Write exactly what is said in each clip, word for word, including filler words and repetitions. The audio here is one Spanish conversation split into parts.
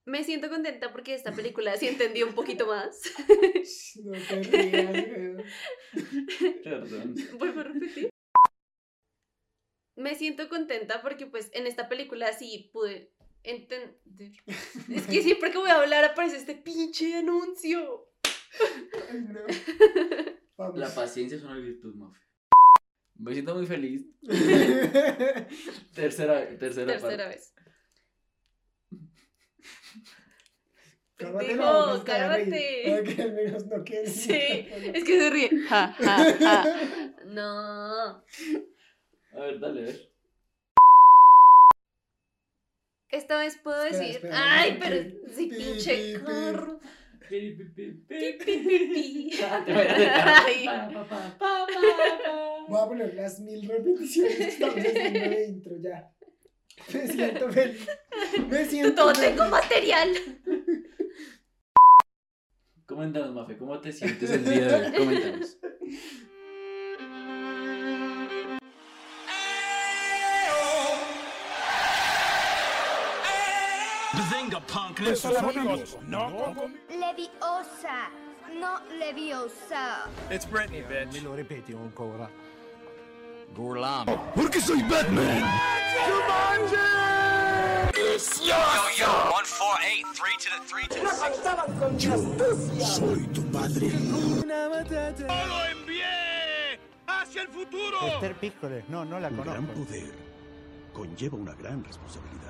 Me siento contenta porque esta película sí entendí un poquito más. No te rías, Perdón. Vuelvo a repetir. Me siento contenta porque pues en esta película sí pude entender. Es que siempre que voy a hablar aparece este pinche anuncio. Ay, no. Vamos. La paciencia es una virtud, Mafe. Me siento muy feliz. Tercera, tercera, Tercera parte. vez. Cálmate Pendejo, la boca, te vas a reír, cálmate. para que al menos no quede en el Sí, micrófono. es que se ríe. Ja, ja, ja. No. A ver, dale, a ver. Esta vez puedo Espera, decir. espera, Ay, no, pero que- sí, pi, pinche pi, pi. carro. Pi, pi, pi, pi, Pi, pi, pi, pi. Te voy a dejar. Ay. Pa, pa, pa, pa, pa. Voy a poner las mil repeticiones que estamos haciendo de intro ya. Me siento feliz. Me siento Todo feliz. tengo material. Coméntanos, Mafe, ¿cómo te sientes el día de hoy? Coméntanos. Bazinga, punk. Leviosa, no Leviosa. It's Britney, bitch. Me lo ripeti ancora. Gurlami. Perché sei Batman? Yo, yo. One, four, eight, three to the three to the six. Soy tu padre. ¡Lo envié! ¡Hacia el futuro! Esther Piccole, no, no la Un gran conozco. poder conlleva una gran responsabilidad.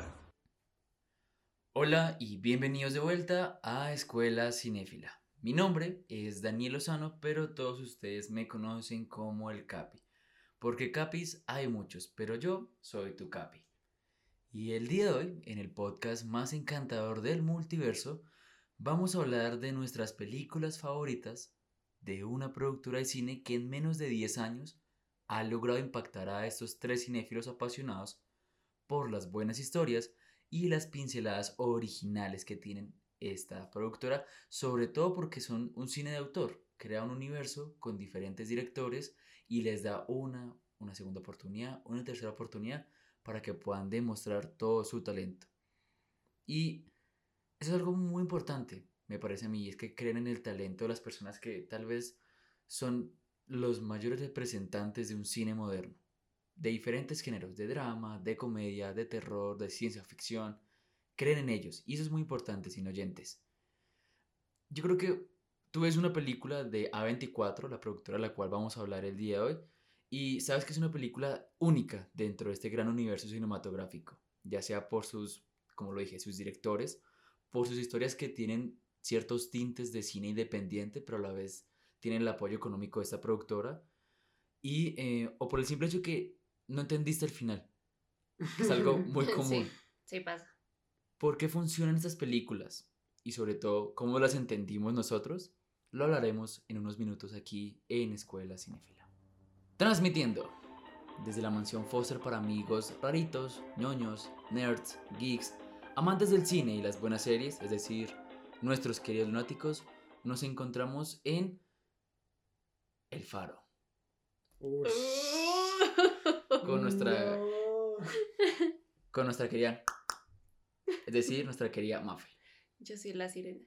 Hola y bienvenidos de vuelta a Escuela Cinéfila. Mi nombre es Daniel Lozano, pero todos ustedes me conocen como el Capi. Porque Capis hay muchos, pero yo soy tu Capi. Y el día de hoy, en el podcast más encantador del multiverso, vamos a hablar de nuestras películas favoritas de una productora de cine que en menos de diez años ha logrado impactar a estos tres cinéfilos apasionados por las buenas historias y las pinceladas originales que tienen esta productora, sobre todo porque son un cine de autor, crea un universo con diferentes directores y les da una, una segunda oportunidad, una tercera oportunidad para que puedan demostrar todo su talento. Y eso es algo muy importante, me parece a mí, es que creen en el talento de las personas que tal vez son los mayores representantes de un cine moderno, de diferentes géneros, de drama, de comedia, de terror, de ciencia ficción. Creen en ellos, y eso es muy importante, sin oyentes. Yo creo que tú ves una película de A veinticuatro, la productora de la cual vamos a hablar el día de hoy, y sabes que es una película única dentro de este gran universo cinematográfico, ya sea por sus, como lo dije, sus directores, por sus historias que tienen ciertos tintes de cine independiente, pero a la vez tienen el apoyo económico de esta productora, y, eh, o por el simple hecho que no entendiste el final, que es algo muy común. Sí, sí pasa. ¿Por qué funcionan estas películas? Y sobre todo, ¿cómo las entendimos nosotros? Lo hablaremos en unos minutos aquí en Escuela Cinéfila. Transmitiendo desde la mansión Foster para amigos raritos, ñoños, nerds, geeks, amantes del cine y las buenas series, es decir, nuestros queridos lunáticos, nos encontramos en El Faro. Ush. Con nuestra, No. con nuestra querida, es decir, nuestra querida Mafe. Yo soy la sirena.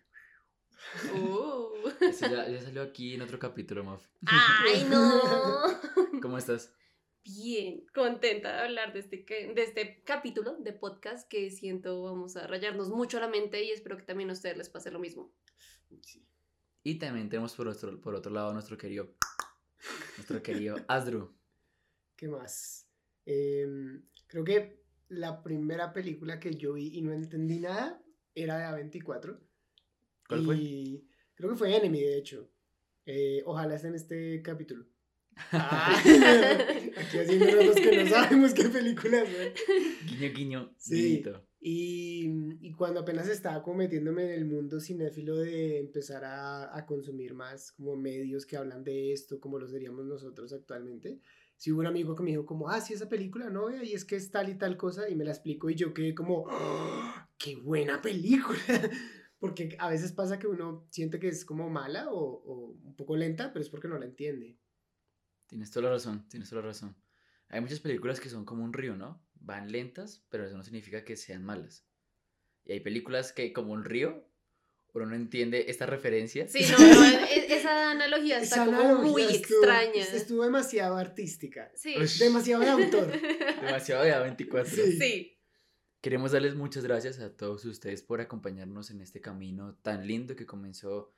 Uh. Eso ya, ya salió aquí en otro capítulo, Mafe. Ay, no. ¿Cómo estás? Bien, contenta de hablar de este, que- de este capítulo de podcast que siento vamos a rayarnos mucho la mente y espero que también a ustedes les pase lo mismo. Sí. Y también tenemos por, nuestro, por otro lado nuestro querido, nuestro querido Asdru. ¿Qué más? Em, creo que la primera película que yo vi y no entendí nada era de A veinticuatro. ¿Cuál y fue? Creo que fue Enemy, de hecho. Eh, ojalá esté en este capítulo. Ah, aquí haciendo nosotros que no sabemos qué películas son. Guiño, guiño, Sí. guiñito. Y, y cuando apenas estaba como metiéndome en el mundo cinéfilo de empezar a, a consumir más como medios que hablan de esto, como lo seríamos nosotros actualmente, sí hubo un amigo que me dijo como, ah, sí, esa película, ¿no? Vea, y es que es tal y tal cosa, y me la explico y yo quedé como, ¡oh, qué buena película! Porque a veces pasa que uno siente que es como mala o, o un poco lenta, pero es porque no la entiende. Tienes toda la razón, tienes toda la razón. Hay muchas películas que son como un río, ¿no? Van lentas, pero eso no significa que sean malas. Y hay películas que, como un río, uno no entiende esta referencia. Sí, no, no, e- esa analogía está Esa como analogía muy estuvo- extraña. Estuvo demasiado artística. Sí. Ush. Demasiado de autor. Demasiado de A veinticuatro. Sí. Sí. Queremos darles muchas gracias a todos ustedes por acompañarnos en este camino tan lindo que comenzó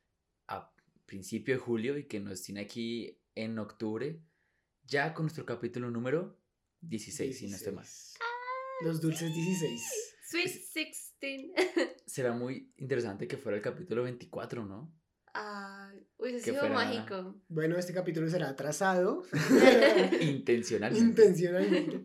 a principio de julio y que nos tiene aquí en octubre, ya con nuestro capítulo número dieciséis, si no estoy mal. Los dulces dieciséis. Sweet sixteen. Será muy interesante que fuera el capítulo veinticuatro, ¿no? Ah, hubiese Que sido fuera- mágico. Bueno, este capítulo será atrasado. Intencionalmente. Intencionalmente.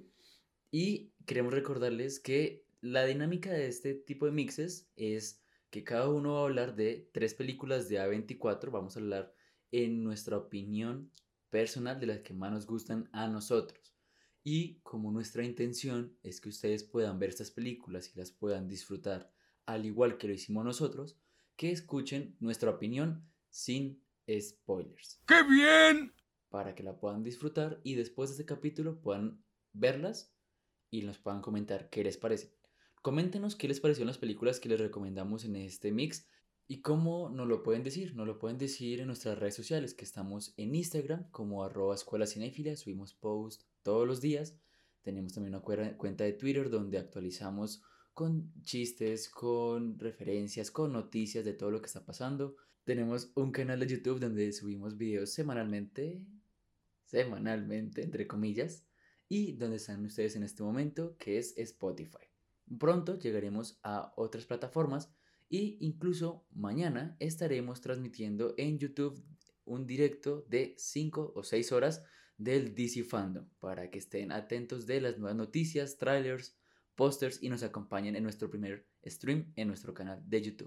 Y queremos recordarles que la dinámica de este tipo de mixes es que cada uno va a hablar de tres películas de A veinticuatro. Vamos a hablar en nuestra opinión personal de las que más nos gustan a nosotros. Y como nuestra intención es que ustedes puedan ver estas películas y las puedan disfrutar al igual que lo hicimos nosotros, que escuchen nuestra opinión sin spoilers. ¡Qué bien! Para que la puedan disfrutar y después de este capítulo puedan verlas y nos puedan comentar qué les parece. Coméntenos qué les parecieron las películas que les recomendamos en este mix y cómo nos lo pueden decir. Nos lo pueden decir en nuestras redes sociales, que estamos en Instagram como arroba escuela cinéfila, subimos posts todos los días. Tenemos también una cuera- cuenta de Twitter donde actualizamos con chistes, con referencias, con noticias de todo lo que está pasando. Tenemos un canal de YouTube donde subimos videos semanalmente, semanalmente, entre comillas, y donde están ustedes en este momento, que es Spotify. Pronto llegaremos a otras plataformas e incluso mañana estaremos transmitiendo en YouTube un directo de cinco o seis horas del D C Fandom para que estén atentos de las nuevas noticias, trailers, pósters y nos acompañen en nuestro primer stream en nuestro canal de YouTube.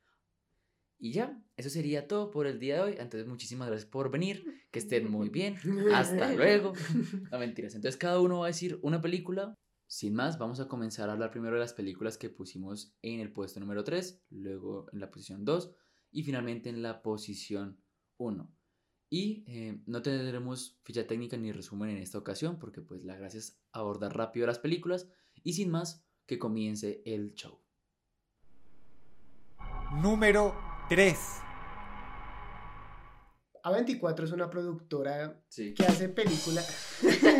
Y ya, eso sería todo por el día de hoy. Entonces, muchísimas gracias por venir. Que estén muy bien. Hasta luego. No, mentiras. Entonces, cada uno va a decir una película. Sin más, vamos a comenzar a hablar primero de las películas que pusimos en el puesto número tres, luego en la posición dos y finalmente en la posición uno. Y eh, no tendremos ficha técnica ni resumen en esta ocasión porque pues la gracia es abordar rápido las películas y sin más, que comience el show. Número tres. A veinticuatro es una productora Sí. que hace películas.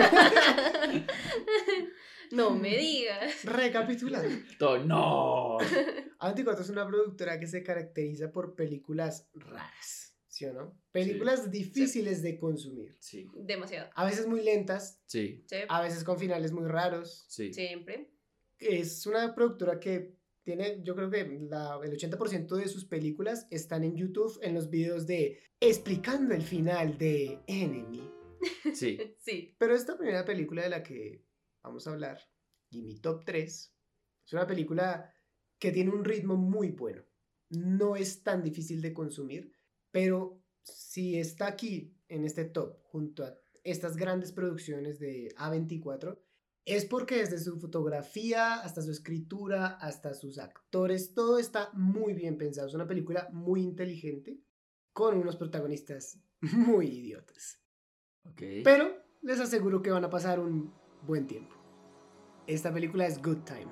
No me digas. Recapitulando. Todo- ¡No! A veinticuatro es una productora que se caracteriza por películas raras, ¿sí o no? Películas difíciles de consumir. Sí. Demasiado. A veces muy lentas, Sí. Sí. a veces con finales muy raros. Sí. Siempre. Es una productora que tiene, yo creo que la- el ochenta por ciento de sus películas están en YouTube en los videos de explicando el final de Enemy. Sí. Sí. Pero esta primera película de la que vamos a hablar, y mi top tres, es una película que tiene un ritmo muy bueno. No es tan difícil de consumir, pero si está aquí en este top junto a estas grandes producciones de A veinticuatro, es porque desde su fotografía hasta su escritura, hasta sus actores, todo está muy bien pensado. Es una película muy inteligente con unos protagonistas muy idiotas. Ok. Pero les aseguro que van a pasar un buen tiempo. Esta película es Good Time.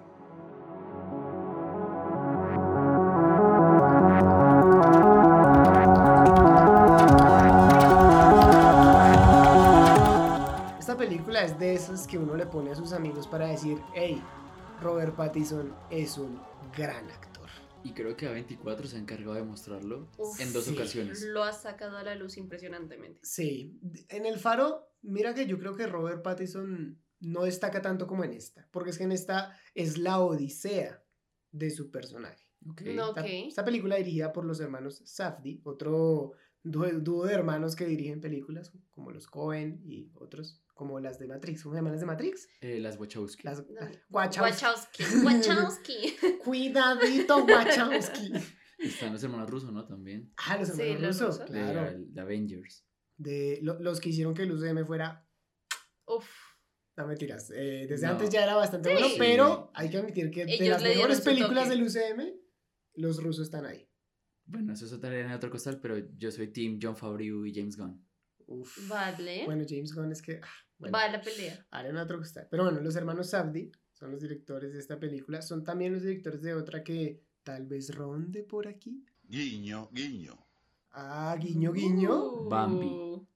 Esta película es de esas que uno le pone a sus amigos para decir, hey, Robert Pattinson es un gran actor. Y creo que A veinticuatro se ha encargado de mostrarlo Uf, en dos sí. ocasiones. Lo ha sacado a la luz impresionantemente. Sí, en El Faro, mira que yo creo que Robert Pattinson no destaca tanto como en esta, porque es que en esta es la odisea de su personaje. Ok. No. Esta, Ok. esta película dirigida por los hermanos Safdie, otro dúo, dúo de hermanos que dirigen películas como los Coen y otros, como las de Matrix. ¿Cómo se llaman las de Matrix? Eh, las Wachowski. Las No. Wachowski. Wachowski. Wachowski. Cuidadito, Wachowski. Están los hermanos rusos, ¿no? También. Ah, los Sí, hermanos los rusos, rusos. De, claro. de Avengers. De lo- los que hicieron que el U C M fuera. Uf. No, mentiras. eh, desde No. antes ya era bastante Sí. bueno, Sí. pero hay que admitir que de Ellos las le dieron mejores su películas toque. del U C M, los rusos están ahí. Bueno, eso es otra en otro costal, pero yo soy team Jon Favreau y James Gunn. Uf. Vale. Bueno, James Gunn es que. ah, bueno, Va a la pelea. haré en otro costal. Pero bueno, los hermanos Safdie son los directores de esta película. Son también los directores de otra que tal vez ronde por aquí. Guiño, guiño. Ah, guiño, guiño. Uh. Bambi.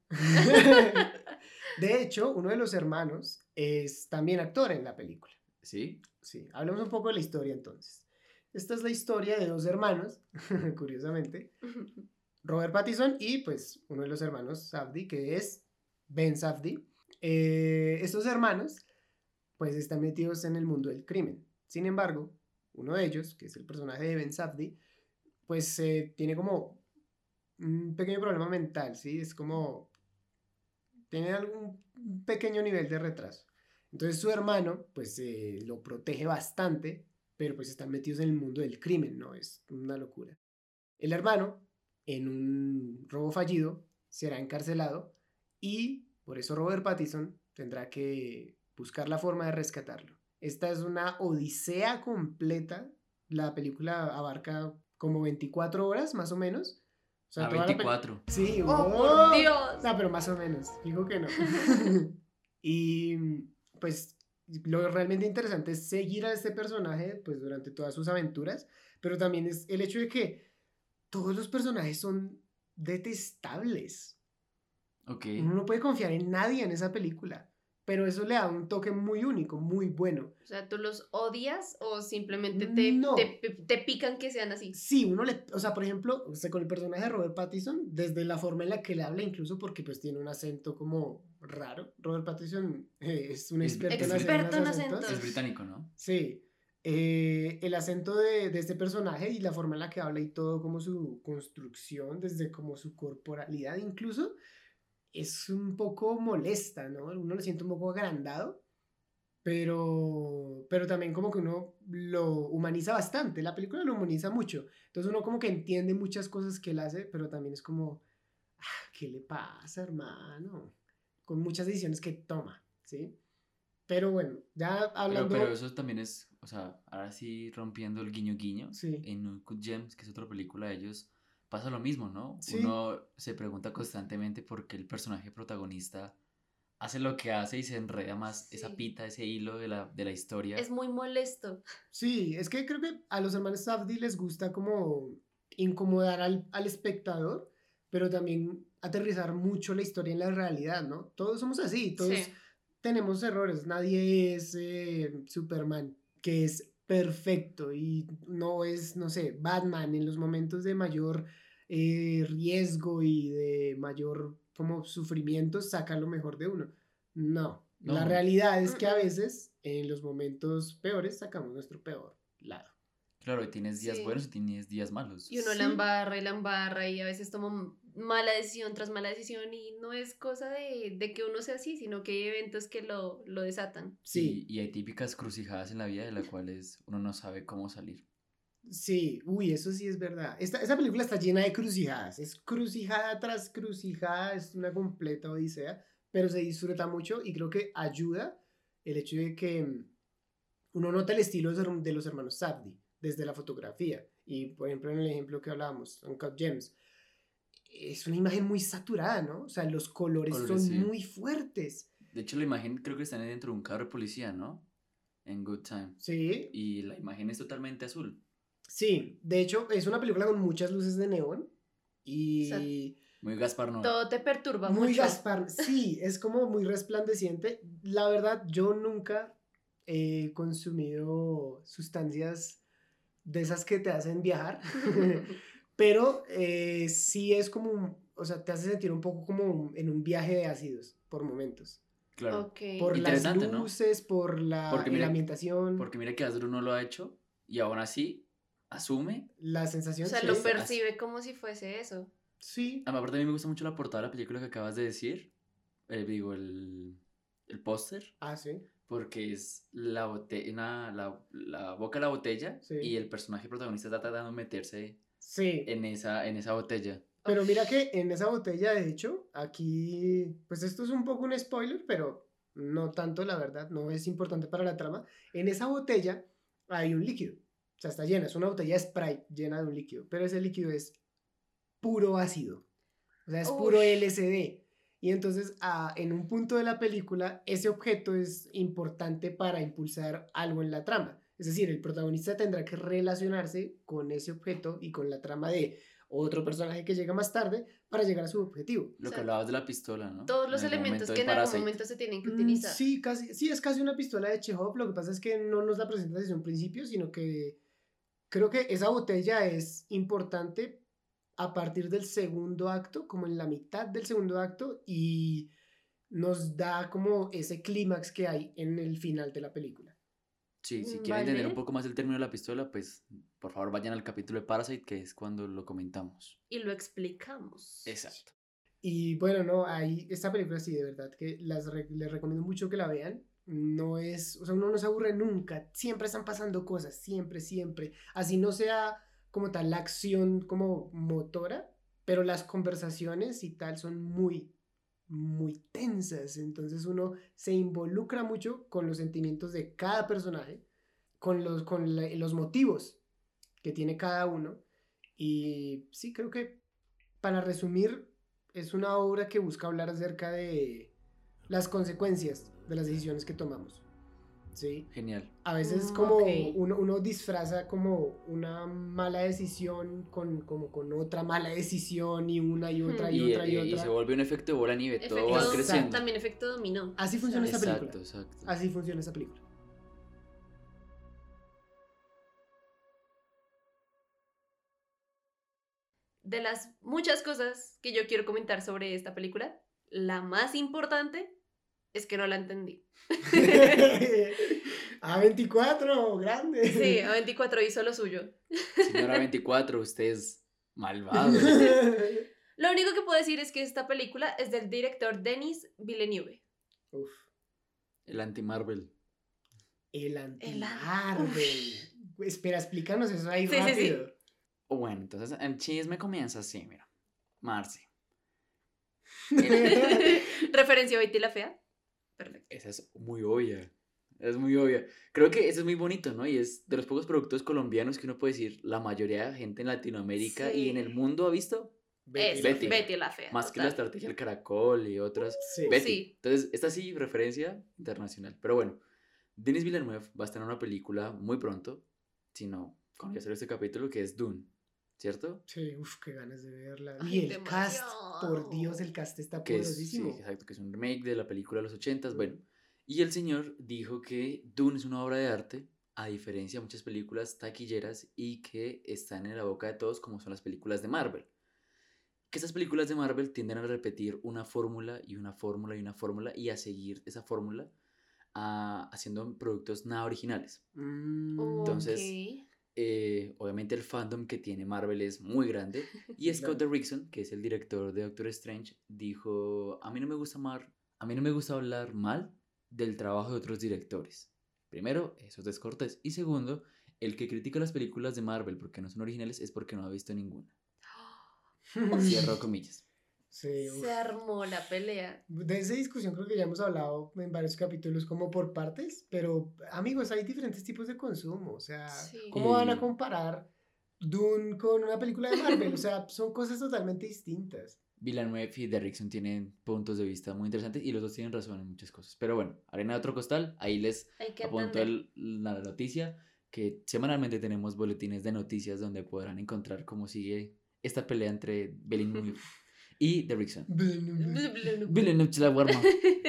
De hecho, uno de los hermanos es también actor en la película. ¿Sí? Sí, hablemos un poco de la historia entonces. Esta es la historia de dos hermanos, curiosamente, Robert Pattinson y pues uno de los hermanos Safdie, que es Ben Safdie. Eh, estos hermanos pues están metidos en el mundo del crimen. Sin embargo, uno de ellos, que es el personaje de Ben Safdie, pues eh, tiene como un pequeño problema mental, ¿sí? Es como... tiene algún pequeño nivel de retraso. Entonces su hermano pues eh, lo protege bastante, pero pues están metidos en el mundo del crimen, ¿no? Es una locura. El hermano, en un robo fallido, será encarcelado y por eso Robert Pattinson tendrá que buscar la forma de rescatarlo. Esta es una odisea completa. La película abarca como veinticuatro horas, más o menos. O sea, A toda la pel- veinticuatro. Sí, ¡Oh, por Dios! No, pero más o menos. Digo que no. Y pues lo realmente interesante es seguir a este personaje pues durante todas sus aventuras, pero también es el hecho de que todos los personajes son detestables. Ok. Uno no puede confiar en nadie en esa película, pero eso le da un toque muy único, muy bueno. O sea, ¿tú los odias o simplemente te, No. te, te pican que sean así? Sí, uno le, o sea, por ejemplo, o sea, con el personaje de Robert Pattinson, desde la forma en la que le habla, incluso porque pues tiene un acento como raro. Robert Pattinson eh, es un Es- experto, en hacer experto unos en acentos. acentos. Es británico, ¿no? Sí, eh, el acento de, de este personaje y la forma en la que habla y todo, como su construcción, desde como su corporalidad incluso, es un poco molesta, ¿no? Uno lo siente un poco agrandado, pero, pero también como que uno lo humaniza bastante, la película lo humaniza mucho, entonces uno como que entiende muchas cosas que él hace, pero también es como, ah, ¿qué le pasa, hermano? Con muchas decisiones que toma, ¿sí? Pero bueno, ya Pero, hablando... pero eso también es, o sea, ahora sí rompiendo el guiño guiño, Sí. en Uncut Gems, que es otra película de ellos, pasa lo mismo, ¿no? Sí. Uno se pregunta constantemente por qué el personaje protagonista hace lo que hace y se enreda más esa Sí. pita, ese hilo de la, de la historia. Es muy molesto. Sí, es que creo que a los hermanos Safdie les gusta como incomodar al, al espectador, pero también aterrizar mucho la historia en la realidad, ¿no? Todos somos así, todos Sí. tenemos errores, nadie es eh, Superman, que es perfecto y no es, no sé, Batman en los momentos de mayor eh, riesgo y de mayor como sufrimiento saca lo mejor de uno. No, No. la realidad es que a Mm-mm. veces en los momentos peores sacamos nuestro peor lado. Claro, y tienes días Sí. buenos y tienes días malos. Y uno Sí. la embarra y la embarra y a veces toma mala decisión tras mala decisión y no es cosa de, de que uno sea así, sino que hay eventos que lo, lo desatan. Sí, Y, y hay típicas crucijadas en la vida de las cuales uno no sabe cómo salir. sí, uy, eso sí es verdad. Esta, esta película está llena de crucijadas, es crucijada tras crucijada, es una completa odisea, pero se disfruta mucho y creo que ayuda el hecho de que mm, uno nota el estilo de los- de los hermanos Safdie desde la fotografía. Y por ejemplo, en el ejemplo que hablábamos, Uncut Gems, es una imagen muy saturada, ¿no? O sea, los colores, Colores, son sí. muy fuertes. De hecho, la imagen creo que están dentro de un carro de policía, ¿no? En Good Time. Sí, Y la imagen es totalmente azul. sí. De hecho, es una película con muchas luces de neón y... Exacto. Muy Gaspar Noé. Todo te perturba Muy mucho. Gaspar, sí, es como muy resplandeciente. La verdad, yo nunca he consumido sustancias de esas que te hacen viajar, pero eh, sí es como, un- o sea, te hace sentir un poco como un- en un viaje de ácidos por momentos. Claro. Ok. Por las Interesante, ¿no? luces, por la, Porque la mira- ambientación, Porque mira que Asdru no lo ha hecho y aún así asume. la O sensación. sea, sí, lo es- percibe como si fuese eso. sí, A mí aparte a mí me gusta mucho la portada de la película que acabas de decir. Eh, digo, el, el póster. ah, sí, Porque es la, bote- una- la, la boca de la botella Sí. y el personaje protagonista está tratando de meterse sí. en esa, en esa botella. Pero mira que en esa botella, de hecho, aquí, pues esto es un poco un spoiler, pero no tanto, la verdad, no es importante para la trama. En esa botella hay un líquido, o sea, está llena, es una botella de Sprite llena de un líquido, pero ese líquido es puro ácido, o sea, es puro Ush. L S D. Y entonces ah, en un punto de la película ese objeto es importante para impulsar algo en la trama. Es decir, el protagonista tendrá que relacionarse con ese objeto y con la trama de otro personaje que llega más tarde para llegar a su objetivo. Lo O que sea, hablabas de la pistola, ¿no? Todos los En el elementos momento que de en algún Parasite. momento se tienen que Mm, utilizar. Sí, casi, sí, es casi una pistola de Chekhov. Lo que pasa es que no nos la presenta desde un principio, sino que creo que esa botella es importante a partir del segundo acto, como en la mitad del segundo acto, y nos da como ese clímax que hay en el final de la película. Sí, si Mm, quieren entender un vale. poco más el término de la pistola, pues por favor vayan al capítulo de Parasite, que es cuando lo comentamos. Y lo explicamos. Exacto. Y bueno, no, hay esta película sí, de verdad, que las re- les recomiendo mucho que la vean. No es, o sea, uno no se aburre nunca, siempre están pasando cosas, siempre, siempre. Así no sea como tal la acción como motora, pero las conversaciones y tal son muy, muy tensas. Entonces uno se involucra mucho con los sentimientos de cada personaje, con los, con la- los motivos que tiene cada uno. Y sí, creo que para resumir, es una obra que busca hablar acerca de las consecuencias de las decisiones que tomamos. ¿Sí? Genial. A veces Mm, como ok. uno, uno disfraza como una mala decisión con, como con otra mala decisión y una y otra y Y, otra y, y- y otra. se vuelve un efecto de bola de nieve, todo va Efecto, creciendo. también efecto dominó. Así funciona esta Exacto, película. exacto. Así funciona esta película. De las muchas cosas que yo quiero comentar sobre esta película, la más importante es que no la entendí. A veinticuatro, grande. Sí, A veinticuatro hizo lo suyo. Señora veinticuatro, usted es malvado. Lo único que puedo decir es que esta película es del director Denis Villeneuve. Uf, El anti-Marvel. el El anti-Marvel. Espera, explícanos eso ahí Sí, sí, sí. rápido. Bueno, entonces el chisme comienza así, mira. Marce. Referencia a Betty la Fea. Perfecto. Esa es muy obvia. Es muy obvia. Creo que eso es muy bonito, ¿no? Y es de los pocos productos colombianos que uno puede decir la mayoría de gente en Latinoamérica y en el Sí. mundo ha visto. Eso, Betty. Betty la Fea. Más que la total. estrategia del caracol y otras. Sí. Betty. Sí. Entonces, esta sí, referencia internacional. Pero bueno, Denis Villeneuve va a estar en una película muy pronto, si no, cuando ya sale este capítulo, que es Dune, ¿cierto? Sí, uf, qué ganas de verla. Ay, Y el cast, demasiado. por Dios, el cast está Que es, sí, poderosísimo. exacto, que es un remake de la película de los ochentas, bueno. Y el señor dijo que Dune es una obra de arte, a diferencia de muchas películas taquilleras y que están en la boca de todos como son las películas de Marvel. Que esas películas de Marvel tienden a repetir una fórmula y una fórmula y una fórmula y a seguir esa fórmula a- haciendo productos nada originales. Mm, Entonces, Ok. Eh, obviamente el fandom que tiene Marvel es muy grande y Scott Claro. Derrickson, que es el director de Doctor Strange, dijo, a mí no me gusta mar, a mí no me gusta hablar mal del trabajo de otros directores. Primero, eso es descortés, y segundo, el que critica las películas de Marvel porque no son originales es porque no ha visto ninguna. Cierro comillas. sí, uf. Se armó la pelea. De esa discusión creo que ya hemos hablado en varios capítulos como por partes, pero amigos, hay diferentes tipos de consumo, o sea, Sí. ¿cómo van a Y- comparar Dune con una película de Marvel? O sea, son cosas totalmente distintas. Villeneuve y Derrickson tienen puntos de vista muy interesantes y los dos tienen razón en muchas cosas. Pero bueno, arena de otro costal, ahí les Hay que apunto entender. el- la noticia que semanalmente tenemos boletines de noticias donde podrán encontrar cómo sigue esta pelea entre Villeneuve y Derrickson. Villeneuve se la guarma.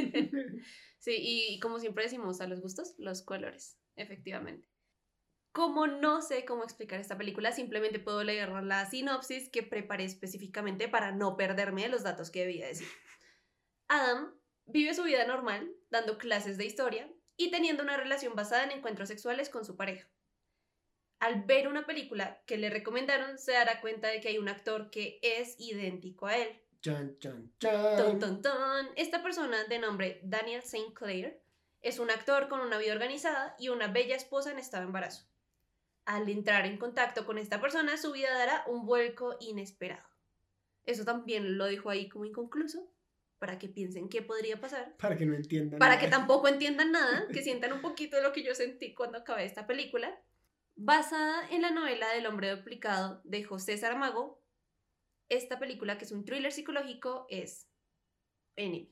Sí, y como siempre decimos, a los gustos, los colores, efectivamente. Como no sé cómo explicar esta película, simplemente puedo leer la sinopsis que preparé específicamente para no perderme de los datos que debía decir. Adam vive su vida normal, dando clases de historia y teniendo una relación basada en encuentros sexuales con su pareja. Al ver una película que le recomendaron, se dará cuenta de que hay un actor que es idéntico a él. Chan, chan, Ton, chan. ton, ton. Esta persona, de nombre Daniel Saint Clair, es un actor con una vida organizada y una bella esposa en estado de embarazo. Al entrar en contacto con esta persona, su vida dará un vuelco inesperado. Eso también lo dejo ahí como inconcluso, para que piensen qué podría pasar. Para que no entiendan. Para nada. que tampoco entiendan nada, que sientan un poquito de lo que yo sentí cuando acabé esta película. Basada en la novela del hombre duplicado de José Saramago, esta película, que es un thriller psicológico, es Enemy.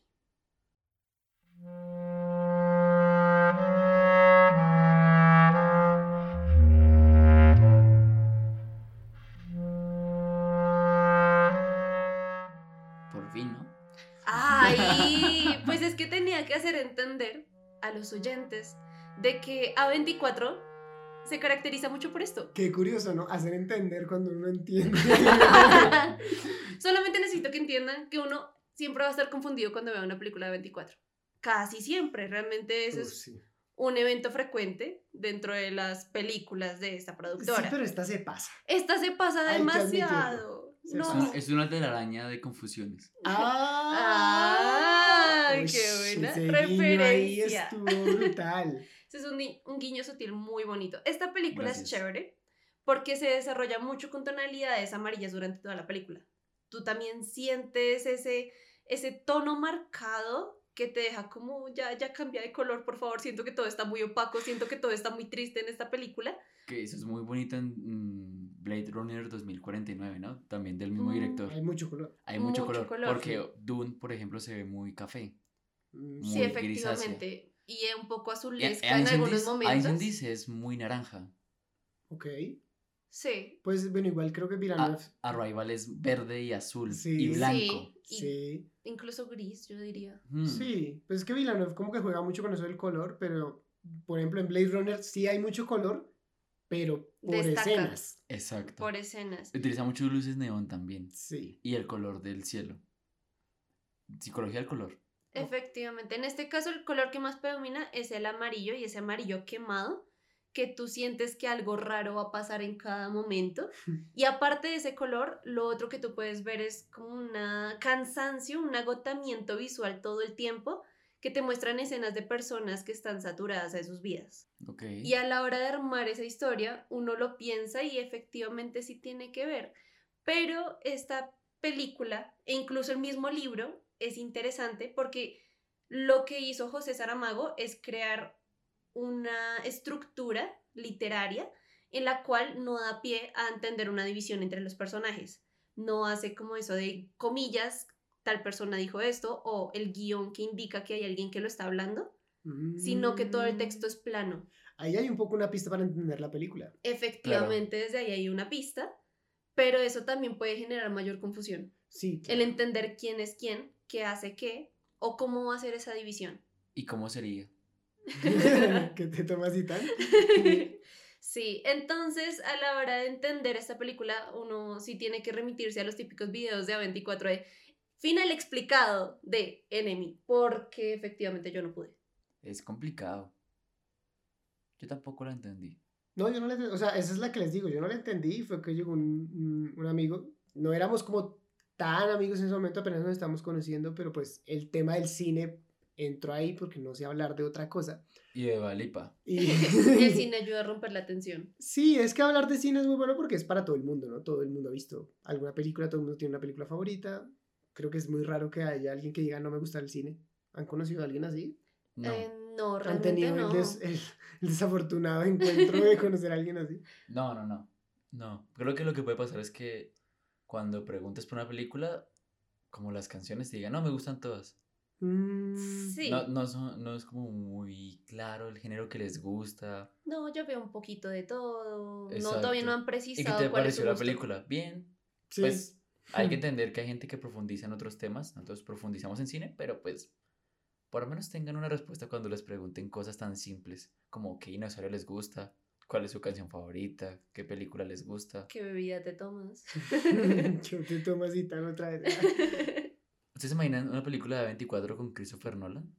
Por fin, ¿no? Ay, pues es que tenía que hacer entender a los oyentes de que A veinticuatro se caracteriza mucho por esto. Qué curioso, ¿no? Hacer entender cuando uno entiende. Solamente necesito que entiendan que uno siempre va a estar confundido cuando vea una película de veinticuatro. Casi siempre, realmente eso Uf, es sí. un evento frecuente dentro de las películas de esta productora. Sí, pero esta se pasa. Esta se pasa Hay que demasiado. Se No. Es una, es una telaraña de confusiones. ¡Ah! ¡Ay, Ush, qué buena ese guiño ahí referencia! estuvo brutal. Ese es un, gui- un guiño sutil muy bonito. Esta película Gracias. es chévere porque se desarrolla mucho con tonalidades amarillas durante toda la película. Tú también sientes ese, ese tono marcado que te deja como, ya, ya cambia de color, por favor. Siento que todo está muy opaco, siento que todo está muy triste en esta película. Que eso es muy bonito en mm, Blade Runner dos mil cuarenta y nueve, ¿no? También del mismo Mm, director. Hay mucho color. Hay mucho, mucho color, color, porque sí. Dune, por ejemplo, se ve muy café. Mm, Muy Sí, grisácea. efectivamente. Y es un poco Y azulesca en Ancient algunos Dis- momentos. Ancient Dis es muy naranja. Ok. Sí. Pues bueno, igual creo que Villeneuve. Arrival es verde y azul Sí. y blanco. Sí. Y Sí. incluso gris, yo diría. Mm. Sí. Pues es que Villeneuve como que juega mucho con eso del color, pero por ejemplo en Blade Runner sí hay mucho color, pero por Destaca. escenas. Exacto. Por escenas. Utiliza muchas luces neón también. Sí. Y el color del cielo. Psicología del color. Efectivamente, en este caso el color que más predomina es el amarillo y ese amarillo quemado que tú sientes que algo raro va a pasar en cada momento y aparte de ese color, lo otro que tú puedes ver es como un cansancio, un agotamiento visual todo el tiempo que te muestran escenas de personas que están saturadas de sus vidas. Ok. Y a la hora de armar esa historia, uno lo piensa y efectivamente sí tiene que ver. Pero esta película, e incluso el mismo libro, es interesante porque lo que hizo José Saramago es crear una estructura literaria en la cual no da pie a entender una división entre los personajes. No hace como eso de comillas, tal persona dijo esto, o el guión que indica que hay alguien que lo está hablando, sino que todo el texto es plano. Ahí hay un poco una pista para entender la película. Efectivamente, desde ahí hay una pista, pero eso también puede generar mayor confusión. Sí. El entender quién es quién, qué hace qué, o cómo va a ser esa división. ¿Y cómo sería? ¿Qué te tomas y tal? Sí, entonces a la hora de entender esta película, uno sí tiene que remitirse a los típicos videos de A veinticuatro de final explicado de Enemy, porque efectivamente yo no pude. Es complicado. Yo tampoco lo entendí. No, yo no la entendí. O sea, esa es la que les digo. Yo no la entendí. Fue que llegó un, un, un amigo. No éramos como tan amigos en ese momento, apenas nos estamos conociendo, pero pues el tema del cine entró ahí porque no sé hablar de otra cosa. Y de Balipa. Y El cine ayuda a romper la tensión. sí, es que hablar de cine es muy bueno porque es para todo el mundo, ¿no? Todo el mundo ha visto alguna película, todo el mundo tiene una película favorita. Creo que es muy raro que haya alguien que diga no me gusta el cine. ¿Han conocido a alguien así? No. Eh, no, ¿Han realmente tenido no. el, des- el- el desafortunado encuentro de conocer a alguien así? No, no, no. No. Creo que lo que puede pasar es que cuando preguntes por una película, como las canciones te digan, no, me gustan todas. Mm, Sí. No, no, son- no es como muy claro el género que les gusta. No, yo veo un poquito de todo. No, Exacto. todavía no han ¿Y qué precisado te cuál es su pareció la gusto. película? Bien. sí. Pues hay que entender que hay gente que profundiza en otros temas. Nosotros profundizamos en cine, pero pues por lo menos tengan una respuesta cuando les pregunten cosas tan simples como qué dinosaurio les gusta, cuál es su canción favorita, qué película les gusta. ¿Qué bebida te tomas? Yo te tomas y tal otra vez. ¿Ustedes se imaginan una película de veinticuatro con Christopher Nolan?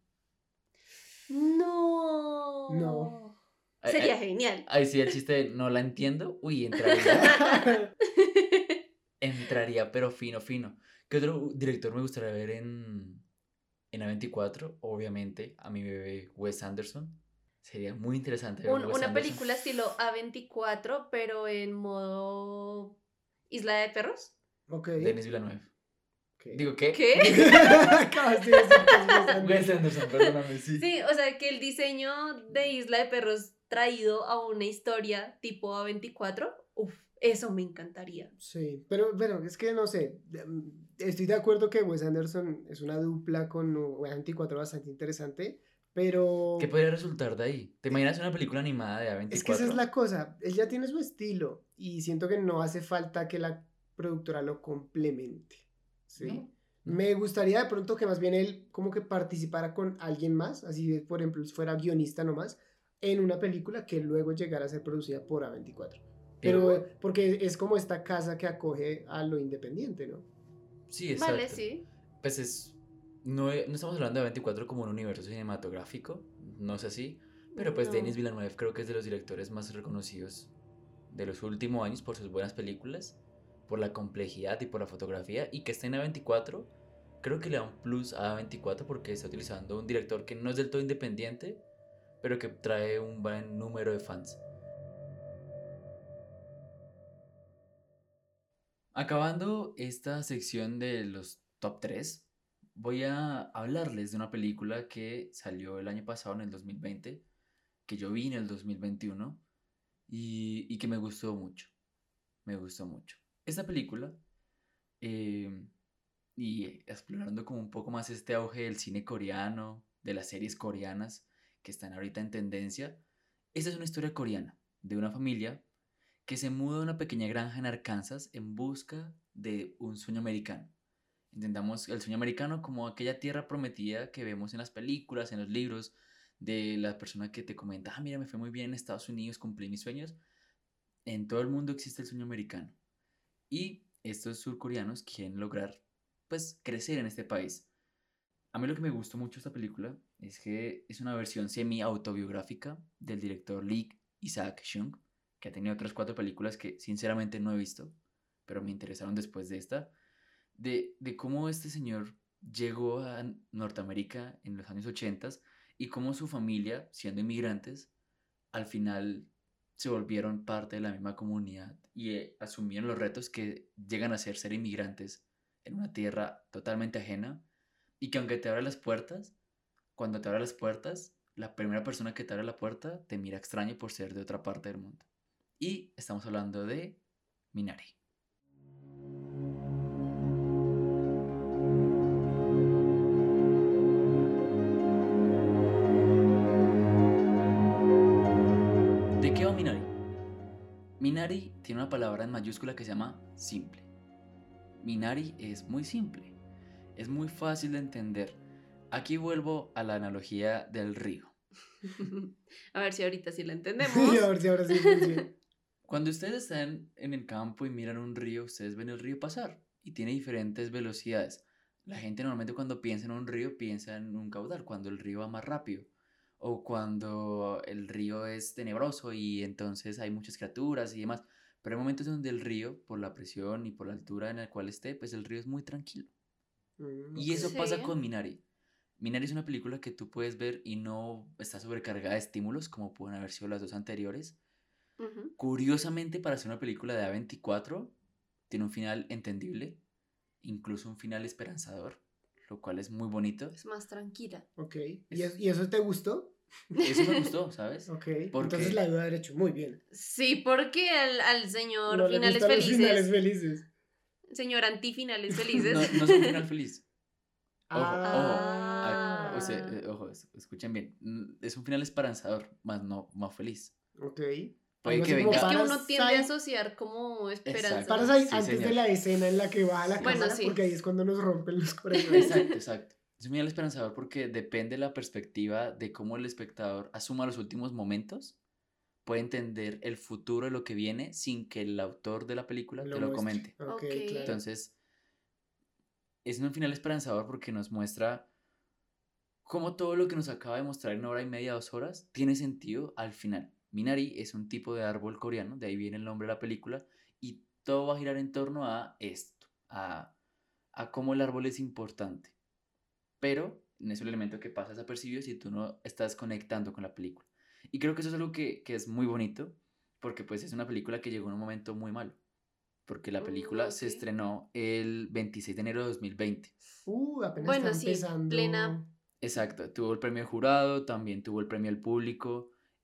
No. No. Ay, Sería ay, genial. Ahí sí el chiste de no la entiendo. Uy, entraría, entraría pero fino, fino. ¿Qué otro director me gustaría ver en, en A veinticuatro? Obviamente, a mi bebé Wes Anderson. Sería muy interesante ver Un- un Wes una Anderson. película estilo A veinticuatro, pero en modo Isla de Perros. Ok. Denis Villeneuve. Ok. Digo, ¿qué? ¿Qué? Acabas de decir que es Wes Anderson. Wes Anderson, perdóname, sí. Sí, o sea que el diseño de Isla de Perros traído a una historia tipo A veinticuatro, uff, eso me encantaría. Sí, pero bueno, es que no sé, de- mm, estoy de acuerdo que Wes Anderson es una dupla con uh, A veinticuatro bastante interesante, pero ¿Qué podría resultar de ahí? ¿Te imaginas una película animada de A es que esa es veinticuatro? la cosa, él ya tiene su estilo y siento que no hace falta que la productora lo complemente, ¿sí? No, no. Me gustaría de pronto que más bien él como que participara con alguien más, así de, por ejemplo, fuera guionista nomás, en una película que luego llegara a ser producida por A veinticuatro. Pero eh, porque es como esta casa que acoge a lo independiente, ¿no? Sí, exacto. Vale, sí. Pues es. No, no estamos hablando de A veinticuatro como un universo cinematográfico, no es así. Pero pues No. Denis Villeneuve creo que es de los directores más reconocidos de los últimos años por sus buenas películas, por la complejidad y por la fotografía. Y que esté en A veinticuatro, creo que le da un plus a A veinticuatro porque está utilizando un director que no es del todo independiente, pero que trae un buen número de fans. Acabando esta sección de los top tres, voy a hablarles de una película que salió el año pasado, en el dos mil veinte, que yo vi en el dos mil veintiuno y, y que me gustó mucho. Me gustó mucho. Esta película, eh, y explorando como un poco más este auge del cine coreano, de las series coreanas que están ahorita en tendencia, esta es una historia coreana de una familia que se muda a una pequeña granja en Arkansas en busca de un sueño americano. Entendamos el sueño americano como aquella tierra prometida que vemos en las películas, en los libros, de la persona que te comenta, ah, mira, me fue muy bien en Estados Unidos, cumplí mis sueños. En todo el mundo existe el sueño americano. Y estos surcoreanos quieren lograr, pues, crecer en este país. A mí lo que me gustó mucho de esta película es que es una versión semi-autobiográfica del director Lee Isaac-chung, que ha tenido otras cuatro películas que sinceramente no he visto, pero me interesaron después de esta, de, de cómo este señor llegó a Norteamérica en los años ochenta y cómo su familia, siendo inmigrantes, al final se volvieron parte de la misma comunidad y eh, asumieron los retos que llegan a ser ser inmigrantes en una tierra totalmente ajena y que aunque te abra las puertas, cuando te abra las puertas, la primera persona que te abre la puerta te mira extraño por ser de otra parte del mundo. Y estamos hablando de Minari. ¿De qué va Minari? Minari tiene una palabra en mayúscula que se llama simple. Minari es muy simple, es muy fácil de entender. Aquí vuelvo a la analogía del río. A ver si ahorita sí la Y entendemos. a ver si ahora sí funciona. Cuando ustedes están en el campo y miran un río, ustedes ven el río pasar y tiene diferentes velocidades. La gente normalmente cuando piensa en un río piensa en un caudal, cuando el río va más rápido o cuando el río es tenebroso y entonces hay muchas criaturas y demás. Pero hay momentos donde el río, por la presión y por la altura en la cual esté, pues el río es muy tranquilo. Mm, Y ok. eso pasa Sí. con Minari. Minari es una película que tú puedes ver y no está sobrecargada de estímulos como pueden haber sido las dos anteriores. Ujú. Curiosamente, para ser una película de A veinticuatro, tiene un final entendible, incluso un final esperanzador, lo cual es muy bonito. Es más tranquila. Ok. ¿Y, es- ¿Y eso te gustó? Eso me gustó, ¿sabes? Ok. Porque- Entonces la iba a haber hecho muy bien. Sí, porque al, al señor No le finales gustan los felices, finales felices. señor antifinales felices. no, no es un final feliz. Ojo, Ah. ojo. O sea, eh, ojo, es- escuchen bien. Mm, Es un final esperanzador, más no más feliz. Ok. Puede Algo que así como Es venga- que uno Parasite- tiende a asociar como esperanza. Exacto. Parasite Sí, antes señor. de la escena en la que baja la Bueno, cámara, sí. porque ahí es cuando nos rompen los corazones. Exacto, exacto. Es un final esperanzador porque depende de la perspectiva de cómo el espectador asuma los últimos momentos, puede entender el futuro de lo que viene sin que el autor de la película Lo te lo muestre. comente. Ok, Ok. claro. Entonces, es un final esperanzador porque nos muestra cómo todo lo que nos acaba de mostrar en hora y media, dos horas, tiene sentido al final. Minari es un tipo de árbol coreano, de ahí viene el nombre de la película, y todo va a girar en torno a esto, a, a cómo el árbol es importante. Pero no es un elemento que pasa desapercibido si tú no estás conectando con la película. Y creo que eso es algo que, que es muy bonito, porque pues es una película que llegó en un momento muy malo. Porque la Mm, película se ok. estrenó el veintiséis de enero de dos mil veinte. Uh, apenas Bueno, está sí, empezando. plena- Exacto, tuvo el premio jurado, también tuvo el premio al público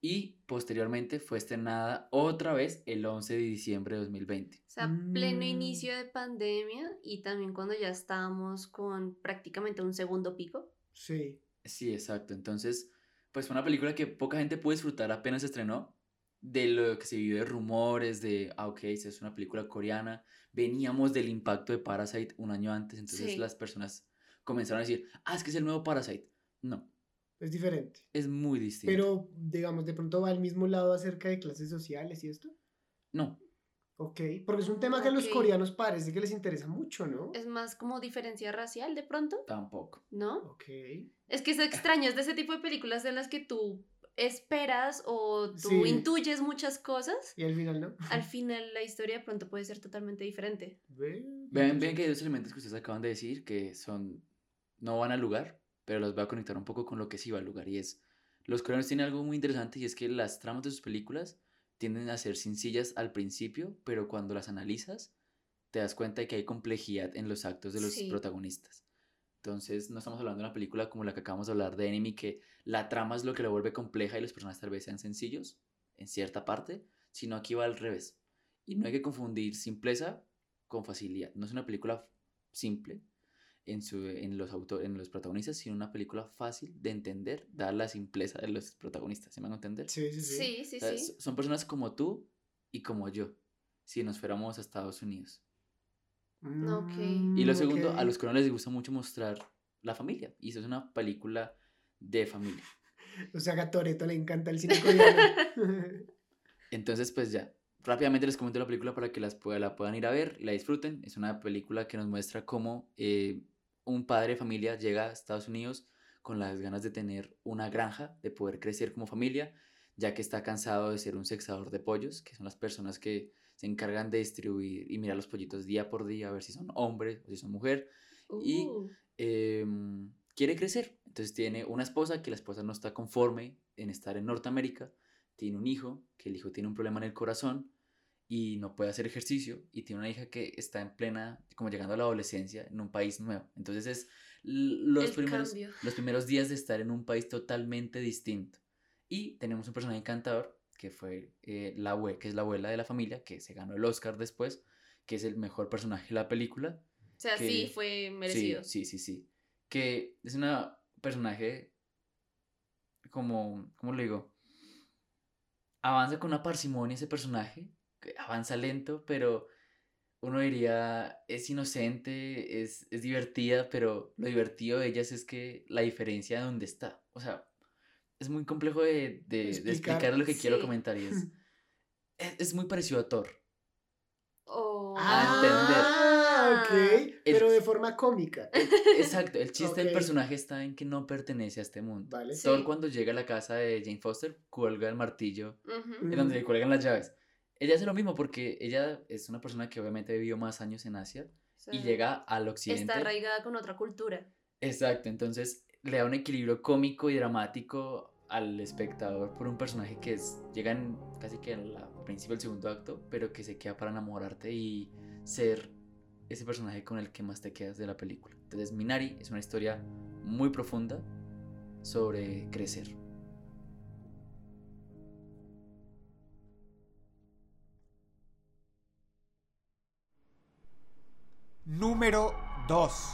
Y posteriormente fue estrenada otra vez el once de diciembre de dos mil veinte. O sea, pleno Mm. inicio de pandemia y también cuando ya estábamos con prácticamente un segundo pico. Sí. Sí, exacto. Entonces, pues fue una película que poca gente pudo disfrutar apenas se estrenó. De lo que se vivió de rumores, de, ah, ok, esa es una película coreana. Veníamos del impacto de Parasite un año antes, entonces Sí. las personas comenzaron a decir, ah, es que es el nuevo Parasite. No, Es diferente. es muy distinto. Pero, digamos, de pronto va al mismo lado acerca de clases sociales y esto. No, Ok. Porque es un tema que a los Ok. coreanos parece que les interesa mucho, ¿no? Es más como diferencia racial de pronto, tampoco. ¿no? Ok. Es que es extraño, es de ese tipo de películas en las que tú esperas o tú Sí. intuyes muchas cosas. Y al final, ¿no? Al final la historia de pronto puede ser totalmente diferente. Ve, Ven, ven que hay entonces- dos elementos que ustedes acaban de decir que son, no van al lugar, pero los voy a conectar un poco con lo que sí va al lugar. Y es, los coreanos tienen algo muy interesante y es que las tramas de sus películas tienden a ser sencillas al principio, pero cuando las analizas te das cuenta de que hay complejidad en los actos de los Sí. protagonistas. Entonces no estamos hablando de una película como la que acabamos de hablar de Enemy, que la trama es lo que la vuelve compleja y los personajes tal vez sean sencillos en cierta parte, sino aquí va al revés. Y no hay que confundir simpleza con facilidad. No es una película simple en, su, en, los, auto, en los protagonistas, sino una película fácil de entender, dada la simpleza de los protagonistas. ¿Se me van a entender? Sí, sí, sí. Sí, sí, O sea, sí. s- Son personas como tú y como yo, si nos fuéramos a Estados Unidos. Ok. Mm, Y lo segundo, ok. a los coreanos les gusta mucho mostrar la familia. Y eso es una película de familia. O sea, a Toretto le encanta el cine coreano. Entonces, pues ya, rápidamente les comento la película para que las pueda- la puedan ir a ver y la disfruten. Es una película que nos muestra cómo eh, un padre de familia llega a Estados Unidos con las ganas de tener una granja, de poder crecer como familia, ya que está cansado de ser un sexador de pollos, que son las personas que se encargan de distribuir y mirar los pollitos día por día, a ver si son hombres o si son mujer. Y Uh, em, quiere crecer. Entonces tiene una esposa que la esposa no está conforme en estar en Norteamérica. Tiene un hijo, que el hijo tiene un problema en el corazón y no puede hacer ejercicio. Y tiene una hija que está en plena, como llegando a la adolescencia, en un país nuevo. Entonces es l- los, El primeros, cambio. los primeros días de estar en un país totalmente distinto. Y tenemos un personaje encantador, que fue eh, la abue- que es la abuela de la familia, que se ganó el Oscar después, que es el mejor personaje de la película. o sea, que- sí, fue merecido. Sí, sí, sí, sí. Que es una personaje como, ¿cómo lo digo? Avanza con una parsimonia ese personaje, que avanza lento, pero uno diría, es inocente, es, es divertida, pero lo divertido de ellas es que la diferencia de dónde está. O sea, es muy complejo de, de- de Explicar. explicar lo que quiero Sí. comentar y es, es, es muy parecido a Thor. Oh. Ah, ok. Pero de forma cómica. Exacto, el chiste del Ok. personaje está en que no pertenece a este mundo. Vale. Sí. Thor cuando llega a la casa de Jane Foster cuelga el martillo Ujú. Mm. en donde le cuelgan las llaves. Ella hace lo mismo porque ella es una persona que obviamente vivió más años en Asia O y sea, llega al occidente. está arraigada con otra cultura. Exacto, entonces le da un equilibrio cómico y dramático al espectador por un personaje que es, llega en casi que al al principio del segundo acto, pero que se queda para enamorarte y ser ese personaje con el que más te quedas de la película. Entonces Minari es una historia muy profunda sobre crecer. Número dos.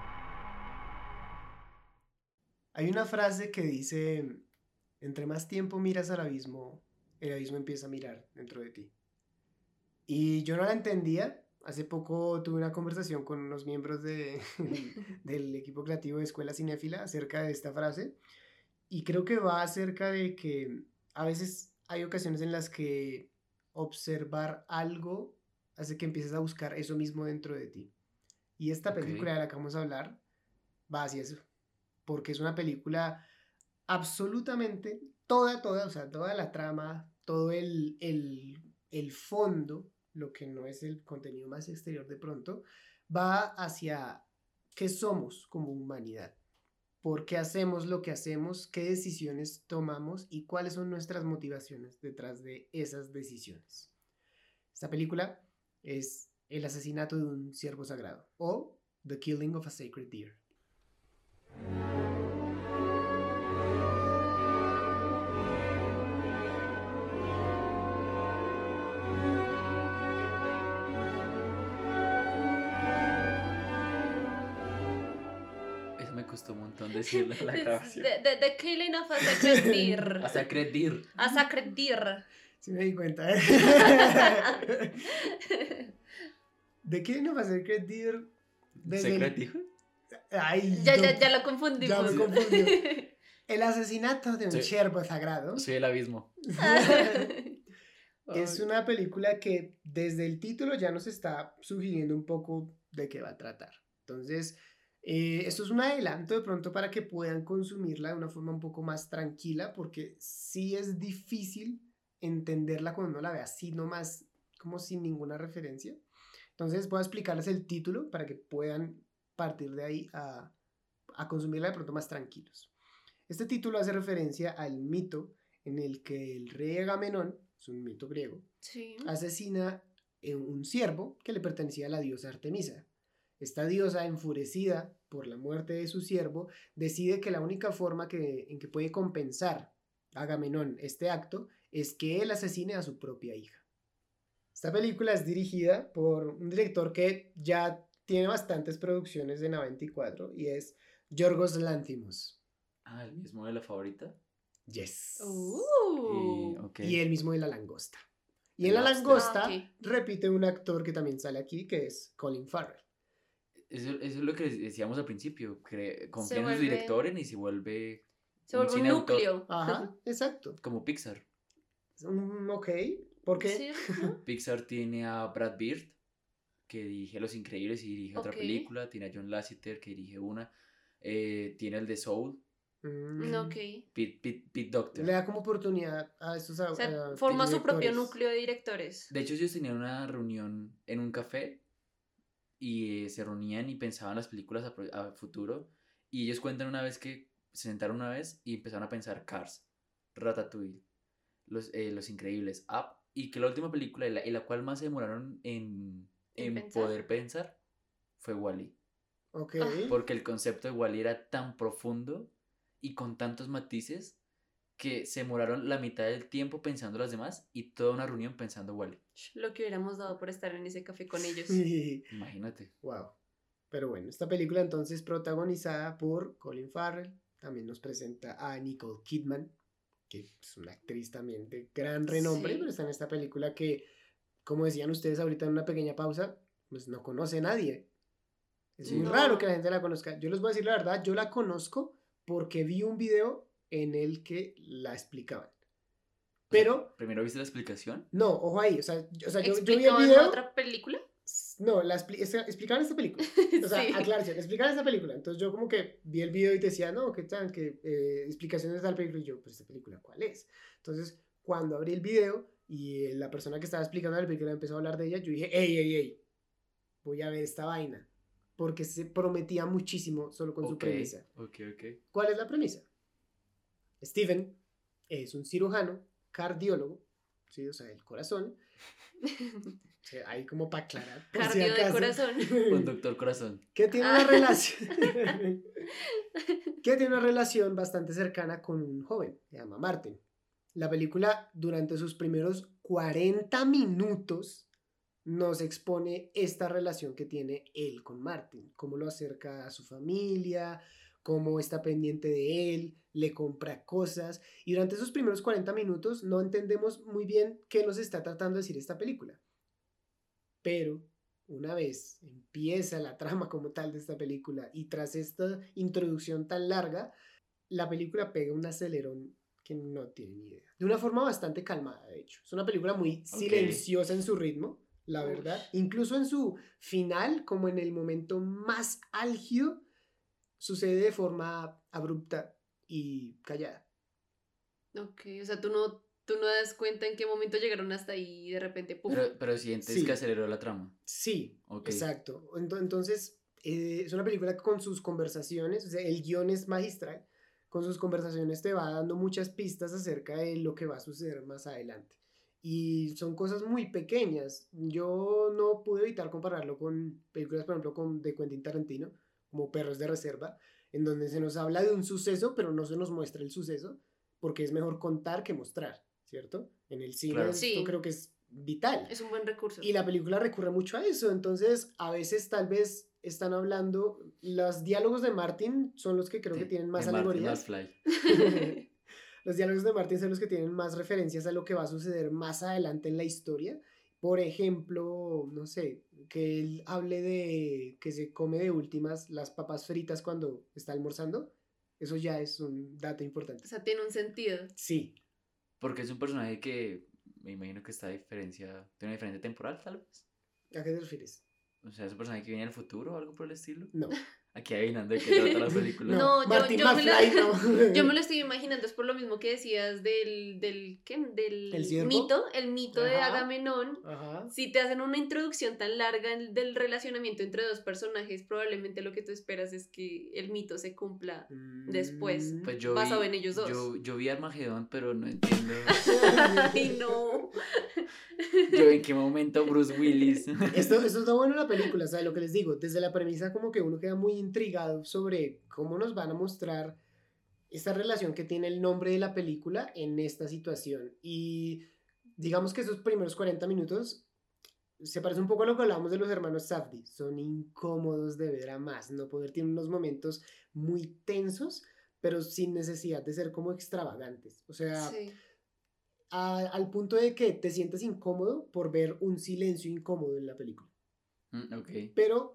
Hay una frase que dice, entre más tiempo miras al abismo, el abismo empieza a mirar dentro de ti. Y yo no la entendía. Hace poco tuve una conversación con unos miembros de, del equipo creativo de Escuela Cinéfila acerca de esta frase. Y creo que va acerca de que a veces hay ocasiones en las que observar algo hace que empieces a buscar eso mismo dentro de ti. Y esta Ok. película de la que vamos a hablar va hacia eso. Porque es una película absolutamente, toda, toda, o sea, toda la trama, todo el, el, el fondo, lo que no es el contenido más exterior de pronto, va hacia qué somos como humanidad. ¿Por qué hacemos lo que hacemos? ¿Qué decisiones tomamos? ¿Y cuáles son nuestras motivaciones detrás de esas decisiones? Esta película es El asesinato de un ciervo sagrado o The Killing of a Sacred Deer. costó un montón decirlo en la grabación. De, de, de Killing of a Sacred Deer. A Sacred Deer. A Sacred Deer. Sí me di cuenta. ¿De qué no va a ser Secret Deer? Desde el- ¿Secret dijo? Ay, Ya, no. ya, ya lo confundimos. Ya me confundió. El asesinato de un Sí. ciervo sagrado. Soy el abismo. Es una película que desde el título ya nos está sugiriendo un poco de qué va a tratar. Entonces, eh, esto es un adelanto de pronto para que puedan consumirla de una forma un poco más tranquila, porque sí es difícil entenderla cuando uno la ve así nomás, como sin ninguna referencia. Entonces, voy a explicarles el título para que puedan partir de ahí a, a consumirla de pronto más tranquilos. Este título hace referencia al mito en el que el rey Agamenón, es un mito griego, Sí. asesina a un ciervo que le pertenecía a la diosa Artemisa. Esta diosa, enfurecida por la muerte de su siervo, decide que la única forma que, en que puede compensar a Agamenón este acto es que él asesine a su propia hija. Esta película es dirigida por un director que ya tiene bastantes producciones en A veinticuatro y es Yorgos Lanthimos. Ah, el mismo de la favorita. Yes. Uh. Y, ok. Y el mismo de La Langosta. Y en El La Lobster. Langosta Ah, ok. repite un actor que también sale aquí, que es Colin Farrell. Eso, eso es lo que decíamos al principio. Cre- confía en vuelve- sus directores y se vuelve Se vuelve un cine de autor, núcleo. Ajá, exacto. como Pixar. Mm, ok, ¿por qué? Sí, ¿no? Pixar tiene a Brad Bird, que dirige Los Increíbles y dirige otra Ok. película. Tiene a John Lasseter, que dirige una. Eh, tiene el de Soul, Mm, No, ok. Pete, Pete, Pete Docter. Le da como oportunidad a estos O sea, a- forma su propio directores. núcleo de directores. De hecho, ellos tenían una reunión en un café y eh, se reunían y pensaban las películas a, pro- a futuro. Y ellos cuentan una vez que se sentaron una vez y empezaron a pensar Cars, Ratatouille, Los, eh, Los Increíbles, Up, y que la última película y la, y la cual más se demoraron en, ¿En en pensar? poder pensar fue Wall-E. Ok. Ah. Porque el concepto de Wall-E era tan profundo y con tantos matices que se demoraron la mitad del tiempo pensando las demás y toda una reunión pensando Wall-E. Lo que hubiéramos dado por estar en ese café con ellos. Imagínate. Wow. Pero bueno, esta película entonces protagonizada por Colin Farrell. También nos presenta a Nicole Kidman, que es una actriz también de gran renombre, Sí. pero está en esta película que, como decían ustedes ahorita en una pequeña pausa, pues no conoce a nadie. Es muy No. raro que la gente la conozca. Yo les voy a decir la verdad, yo la conozco porque vi un video en el que la explicaban. Pero, ¿Primero viste la explicación? no, ojo ahí, o sea, yo, o sea, yo, yo vi el ¿Explicaban video... otra película? No, la expli- esa- explicaban esta película. O sea, Sí. aclaración, explicaban esta película. Entonces yo como que vi el video y decía, no, ¿qué tal? Que eh, explicaciones de tal película. Y yo, pues esta película, ¿cuál es? Entonces, cuando abrí el video y eh, la persona que estaba explicando la película empezó a hablar de ella, yo dije, ey, ey, ey, voy a ver esta vaina. Porque se prometía muchísimo solo con su Ok, premisa. ok, ok. ¿Cuál es la premisa? Steven es un cirujano, cardiólogo, ¿sí? O sea, el corazón. O sea, ahí como para aclarar. por si Cardio de acaso. corazón. Un doctor corazón. Que tiene Ah. una relación que tiene una relación bastante cercana con un joven, se llama Martin. La película durante sus primeros cuarenta minutos nos expone esta relación que tiene él con Martin, cómo lo acerca a su familia, cómo está pendiente de él, le compra cosas, y durante esos primeros cuarenta minutos no entendemos muy bien qué nos está tratando de decir esta película. Pero una vez empieza la trama como tal de esta película y tras esta introducción tan larga, la película pega un acelerón que no tiene ni idea. De una forma bastante calmada, de hecho. Es una película muy silenciosa en su ritmo, la Uy. verdad. Incluso en su final, como en el momento más álgido, sucede de forma abrupta y callada. Ok, o sea, tú no, tú no das cuenta en qué momento llegaron hasta ahí y de repente, ¡pum! Pero, pero sientes Sí. que aceleró la trama. Sí, Ok. exacto. Ento- Entonces, eh, es una película que con sus conversaciones, o sea, el guión es magistral, con sus conversaciones te va dando muchas pistas acerca de lo que va a suceder más adelante. Y son cosas muy pequeñas. Yo no pude evitar compararlo con películas, por ejemplo, con, de Quentin Tarantino, como Perros de Reserva, en donde se nos habla de un suceso, pero no se nos muestra el suceso, porque es mejor contar que mostrar, ¿cierto? En el cine Claro. esto Sí. creo que es vital. Es un buen recurso. Y la película recurre mucho a eso, entonces a veces tal vez están hablando, los diálogos de Martin son los que creo que Sí, tienen más de Martin alegorías. McFly. Los diálogos de Martin son los que tienen más referencias a lo que va a suceder más adelante en la historia. Por ejemplo, no sé, que él hable de que se come de últimas las papas fritas cuando está almorzando. Eso ya es un dato importante. O sea, tiene un sentido. Sí. Porque es un personaje que me imagino que está a diferencia, tiene una diferencia temporal, tal vez. ¿A qué te refieres? O sea, es un personaje que viene del futuro o algo por el estilo. No. Aquí adivinando de qué trata la película. No, yo- Martin yo me la- McFly, no. Yo me lo estoy imaginando, es por lo mismo que decías del, del, ¿qué? Del ¿El ciervo? mito, el mito de Ajá. Agamenón. Ajá. Si te hacen una introducción tan larga en- del relacionamiento entre dos personajes, probablemente lo que tú esperas es que el mito se cumpla después. Mm. Pues yo basado vi, en ellos dos. Yo, yo vi Armagedón, pero no entiendo. Ay, no. Yo en qué momento Bruce Willis. Esto, esto está bueno en la película, ¿sabes lo que les digo? Desde la premisa como que uno queda muy intrigado sobre cómo nos van a mostrar esta relación que tiene el nombre de la película en esta situación. Y digamos que esos primeros cuarenta minutos se parece un poco a lo que hablábamos de los hermanos Safdie. Son incómodos de ver a más, no poder tiene unos momentos muy tensos, pero sin necesidad de ser como extravagantes. O sea, Sí. a- al punto de que te sientes incómodo por ver un silencio incómodo en la película. Mm, ok. Pero,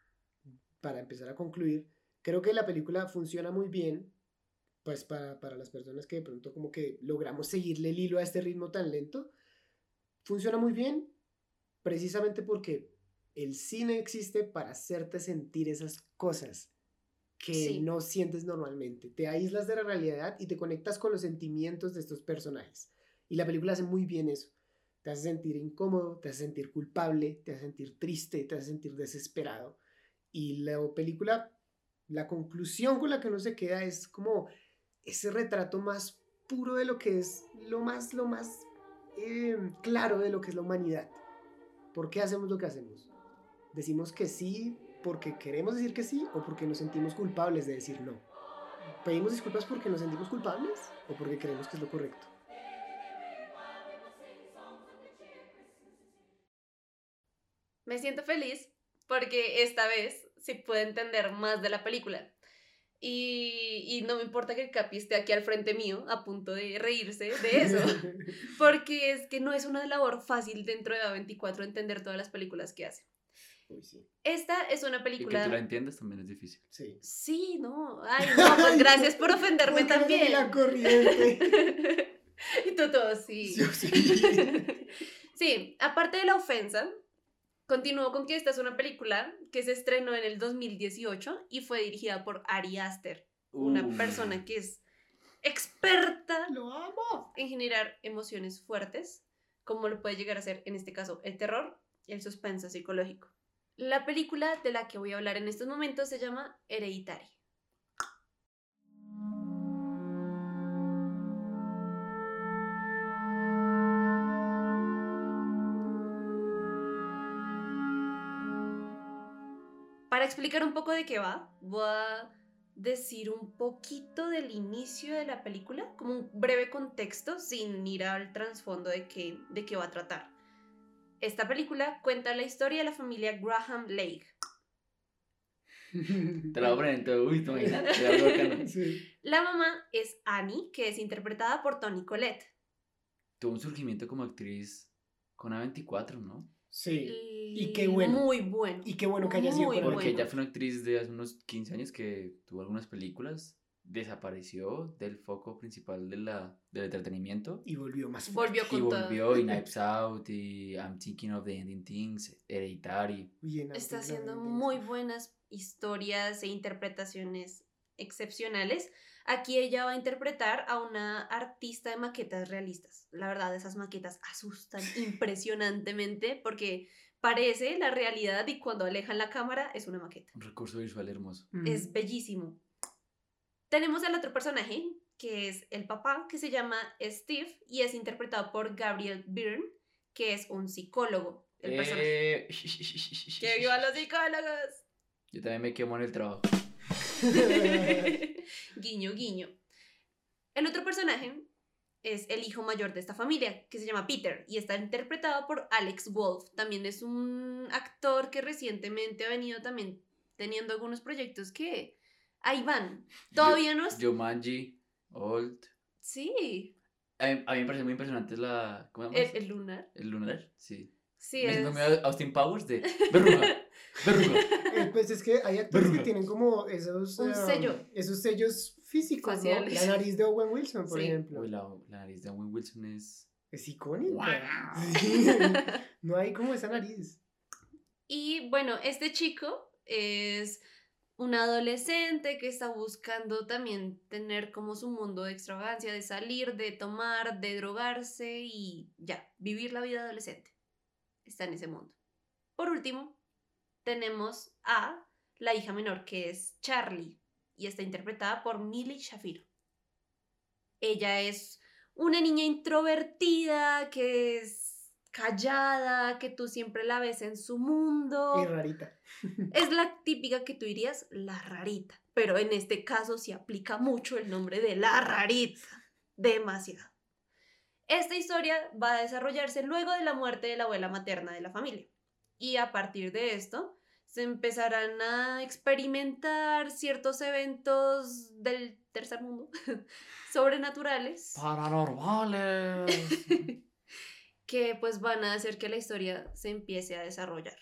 para empezar a concluir, creo que la película funciona muy bien, pues para, para las personas que de pronto como que logramos seguirle el hilo a este ritmo tan lento, funciona muy bien precisamente porque el cine existe para hacerte sentir esas cosas que Sí. no sientes normalmente. Te aíslas de la realidad y te conectas con los sentimientos de estos personajes. Y la película hace muy bien eso. Te hace sentir incómodo, te hace sentir culpable, te hace sentir triste, te hace sentir desesperado. Y la película, la conclusión con la que uno se queda es como ese retrato más puro de lo que es, lo más, lo más eh, claro de lo que es la humanidad. ¿Por qué hacemos lo que hacemos? ¿Decimos que sí porque queremos decir que sí o porque nos sentimos culpables de decir no? ¿Pedimos disculpas porque nos sentimos culpables o porque creemos que es lo correcto? Me siento feliz porque esta vez sí puedo entender más de la película. Y, y no me importa que el Capi esté aquí al frente mío a punto de reírse de eso. Porque es que no es una labor fácil dentro de A veinticuatro entender todas las películas que hace. Uy, sí. Esta es una Y que película... tú la entiendas también es difícil. Sí. Sí, no. Ay, no, pues gracias por ofenderme Porque no también. seguí la corriente. Y tú todo, sí. Yo sí. Sí, aparte de la ofensa, continúo con que esta es una película que se estrenó en el dos mil dieciocho y fue dirigida por Ari Aster, una Uh. persona que es experta Lo amo. en generar emociones fuertes, como lo puede llegar a ser en este caso el terror y el suspenso psicológico. La película de la que voy a hablar en estos momentos se llama Hereditary. Para explicar un poco de qué va, voy a decir un poquito del inicio de la película, como un breve contexto, sin ir al trasfondo de qué, de qué va a tratar. Esta película cuenta la historia de la familia Graham Lake. Te la voy a poner en todo. Uy, te imaginas. Te da algo bacano. Sí. La mamá es Annie, que es interpretada por Toni Collette. Tuvo un surgimiento como actriz con A veinticuatro, ¿no? Sí. Y qué bueno. Muy bueno. Y qué bueno que haya sido Muy con Porque bueno. ella fue una actriz de hace unos quince años que tuvo algunas películas, desapareció del foco principal de la, del entretenimiento Y volvió más fuerte. Volvió y con todo. volvió y Knives Out y I'm Thinking of the Ending Things, Hereditary. Uy, en Está Argentina haciendo también, muy sí. buenas historias e interpretaciones excepcionales. Aquí ella va a interpretar a una artista de maquetas realistas. La verdad, esas maquetas asustan impresionantemente porque parece la realidad y cuando alejan la cámara es una maqueta. Un recurso visual hermoso. Ujú. Es bellísimo. Tenemos al otro personaje, que es el papá, que se llama Steve y es interpretado por Gabriel Byrne, que es un psicólogo. El personaje. Eh, ¡Que viva los psicólogos! Yo también me quemo en el trabajo. Guiño, guiño. El otro personaje es el hijo mayor de esta familia, que se llama Peter, y está interpretado por Alex Wolff. También es un actor que recientemente ha venido también teniendo algunos proyectos que ahí van. Todavía no es... Jumanji, Old. Sí, A mí, a mí me parece muy impresionante la... ¿Cómo se llama el, esto? el lunar. El lunar, sí. Sí, Me siento es... muy Austin Powers de verruga, verruga. Eh, pues es que hay actores que Verruga. tienen como esos, Un um, sello. esos sellos físicos, ¿no? Faciales. La nariz de Owen Wilson, por Sí. ejemplo. Uy, la, la nariz de Owen Wilson es... Es icónica. Wow. Sí. No hay como esa nariz. Y bueno, este chico es un adolescente que está buscando también tener como su mundo de extravagancia, de salir, de tomar, de drogarse y ya, vivir la vida adolescente. Está en ese mundo. Por último, tenemos a la hija menor, que es Charlie, y está interpretada por Millie Shapiro. Ella es una niña introvertida, que es callada, que tú siempre la ves en su mundo. Y rarita. Es la típica que tú dirías, la rarita. Pero en este caso sí aplica mucho el nombre de la rarita. Demasiado. Esta historia va a desarrollarse luego de la muerte de la abuela materna de la familia. Y a partir de esto, se empezarán a experimentar ciertos eventos del tercer mundo, sobrenaturales, Paranormales. que pues van a hacer que la historia se empiece a desarrollar.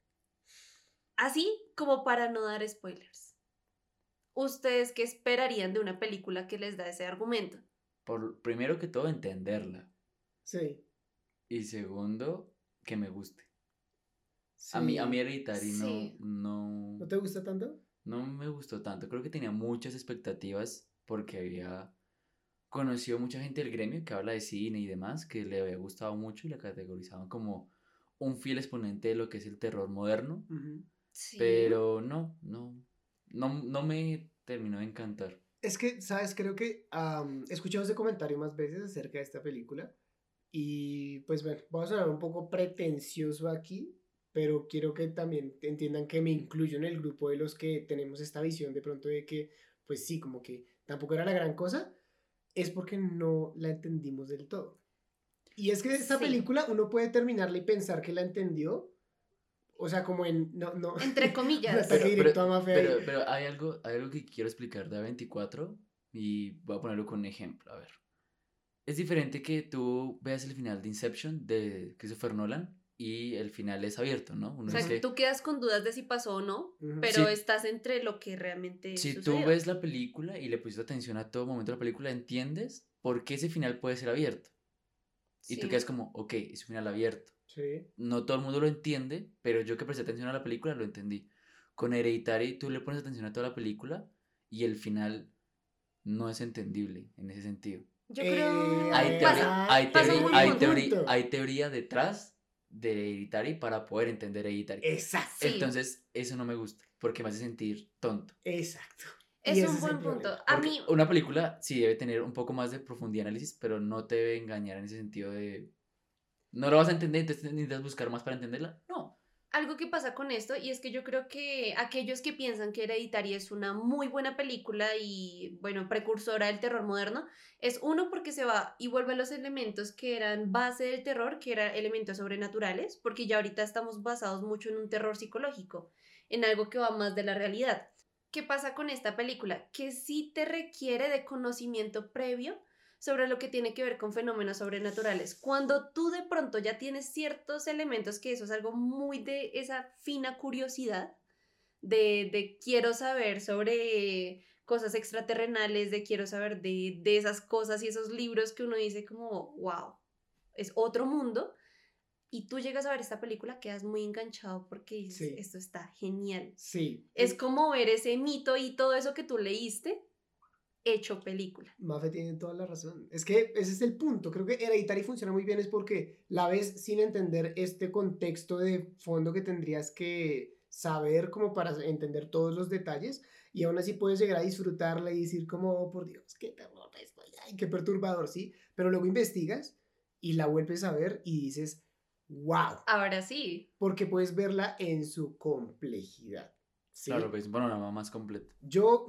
Así como para no dar spoilers. ¿Ustedes qué esperarían de una película que les da ese argumento? Por, primero que todo, entenderla. Sí. Y segundo, que me guste. Sí. A mí, a mí Hereditary Sí. no, no, ¿No te gusta tanto? no me gustó tanto. Creo que tenía muchas expectativas porque había conocido mucha gente del gremio que habla de cine y demás, que le había gustado mucho y la categorizaban como un fiel exponente de lo que es el terror moderno. Ujú. Sí. Pero no, no, no, no me terminó de encantar. Es que, ¿sabes? Creo que am, he escuchado ese comentario más veces acerca de esta película. Y pues bueno, voy a sonar un poco pretencioso aquí, pero quiero que también entiendan que me incluyo en el grupo de los que tenemos esta visión de pronto de que, pues sí, como que tampoco era la gran cosa, es porque no la entendimos del todo. Y es que esta Sí. película uno puede terminarla y pensar que la entendió, o sea, como en, no, no, Entre un comillas. ataque directo a Mafe ahí. pero, pero hay algo, hay algo que quiero explicar de A veinticuatro y voy a ponerlo con un ejemplo. A ver. Es diferente que tú veas el final de Inception de Christopher Nolan y el final es abierto, ¿no? Uno O sea, dice, tú quedas con dudas de si pasó o no, Ujú. pero Sí. estás entre lo que realmente si tú sucedió. ves la película y le pusiste atención a todo momento de la película, entiendes por qué ese final puede ser abierto. Y tú Sí. quedas como, ok, es un final abierto. Sí. No todo el mundo lo entiende, pero yo que presté atención a la película lo entendí. Con Hereditary tú le pones atención a toda la película y el final no es entendible en ese sentido. Yo Eh, creo... Hay, Eh, teoría, pasa, hay, pasa teoría, muy hay, bien. teoría, Punto. hay teoría detrás de Hereditary para poder entender Hereditary. Exacto. Sí. Entonces, eso no me gusta, porque me hace sentir tonto. Exacto. Es Y ese un el buen punto. problema. A Porque mí, una película sí debe tener un poco más de profundidad de análisis, pero no te debe engañar en ese sentido de... ¿No lo vas a entender? Entonces necesitas buscar más para entenderla. No. algo que pasa con esto, y es que yo creo que aquellos que piensan que Hereditary es una muy buena película y, bueno, precursora del terror moderno, es uno porque se va y vuelve a los elementos que eran base del terror, que eran elementos sobrenaturales, porque ya ahorita estamos basados mucho en un terror psicológico, en algo que va más de la realidad. ¿Qué pasa con esta película? Que sí te requiere de conocimiento previo sobre lo que tiene que ver con fenómenos sobrenaturales. Cuando tú de pronto ya tienes ciertos elementos, que eso es algo muy de esa fina curiosidad, de, de quiero saber sobre cosas extraterrenales, de quiero saber de, de esas cosas y esos libros que uno dice como, wow, es otro mundo. Y tú llegas a ver esta película, quedas muy enganchado porque dices, Sí. esto está genial. Sí. Es como ver ese mito y todo eso que tú leíste hecho película. Mafe tiene toda la razón. Es que ese es el punto. Creo que Hereditary funciona muy bien es porque la ves sin entender este contexto de fondo que tendrías que saber como para entender todos los detalles y aún así puedes llegar a disfrutarla y decir como, oh, por Dios, qué terror esto, ay, qué perturbador, ¿sí? Pero luego investigas y la vuelves a ver y dices, wow, Ahora sí. porque puedes verla en su complejidad. ¿Sí? Claro, pues bueno, una más completa. Yo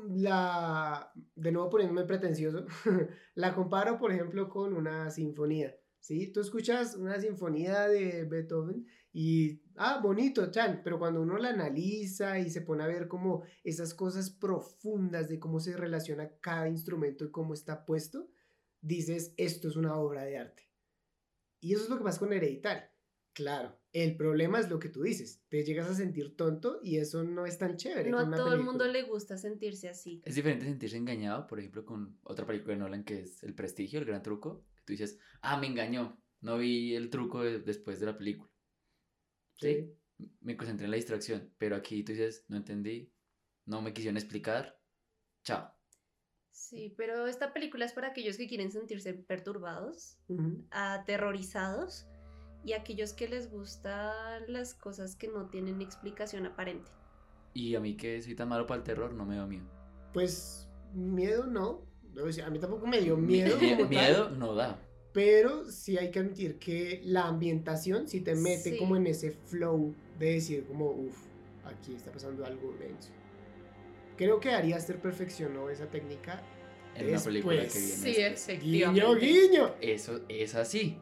la, de nuevo poniéndome pretencioso, la comparo, por ejemplo, con una sinfonía, ¿sí? Tú escuchas una sinfonía de Beethoven Y, ah, bonito, chan, pero cuando uno la analiza y se pone a ver como esas cosas profundas de cómo se relaciona cada instrumento y cómo está puesto, dices, esto es una obra de arte. Y eso es lo que pasa con Hereditario. Claro, el problema es lo que tú dices, te llegas a sentir tonto y eso no es tan chévere. No con a una todo el película. mundo le gusta sentirse así. Es diferente sentirse engañado, por ejemplo, con otra película de Nolan que es El Prestigio, El Gran Truco, que tú dices, ah, me engañó, no vi el truco de- después de la película. ¿Sí? Me concentré en la distracción, pero aquí tú dices, no entendí, no me quisieron explicar, chao. Sí, pero esta película es para aquellos que quieren sentirse perturbados, Ujú. aterrorizados y aquellos que les gustan las cosas que no tienen explicación aparente. Y a mí que soy tan malo para el terror, no me da miedo. Pues miedo no, o sea, a mí tampoco me dio miedo como tal. Miedo no da. Pero sí hay que admitir que la ambientación sí te mete Sí. como en ese flow de decir como, uff, aquí está pasando algo denso. Creo que Ari Aster perfeccionó esa técnica En una película que después. viene Sí, después. efectivamente. Guiño, guiño. Eso es así.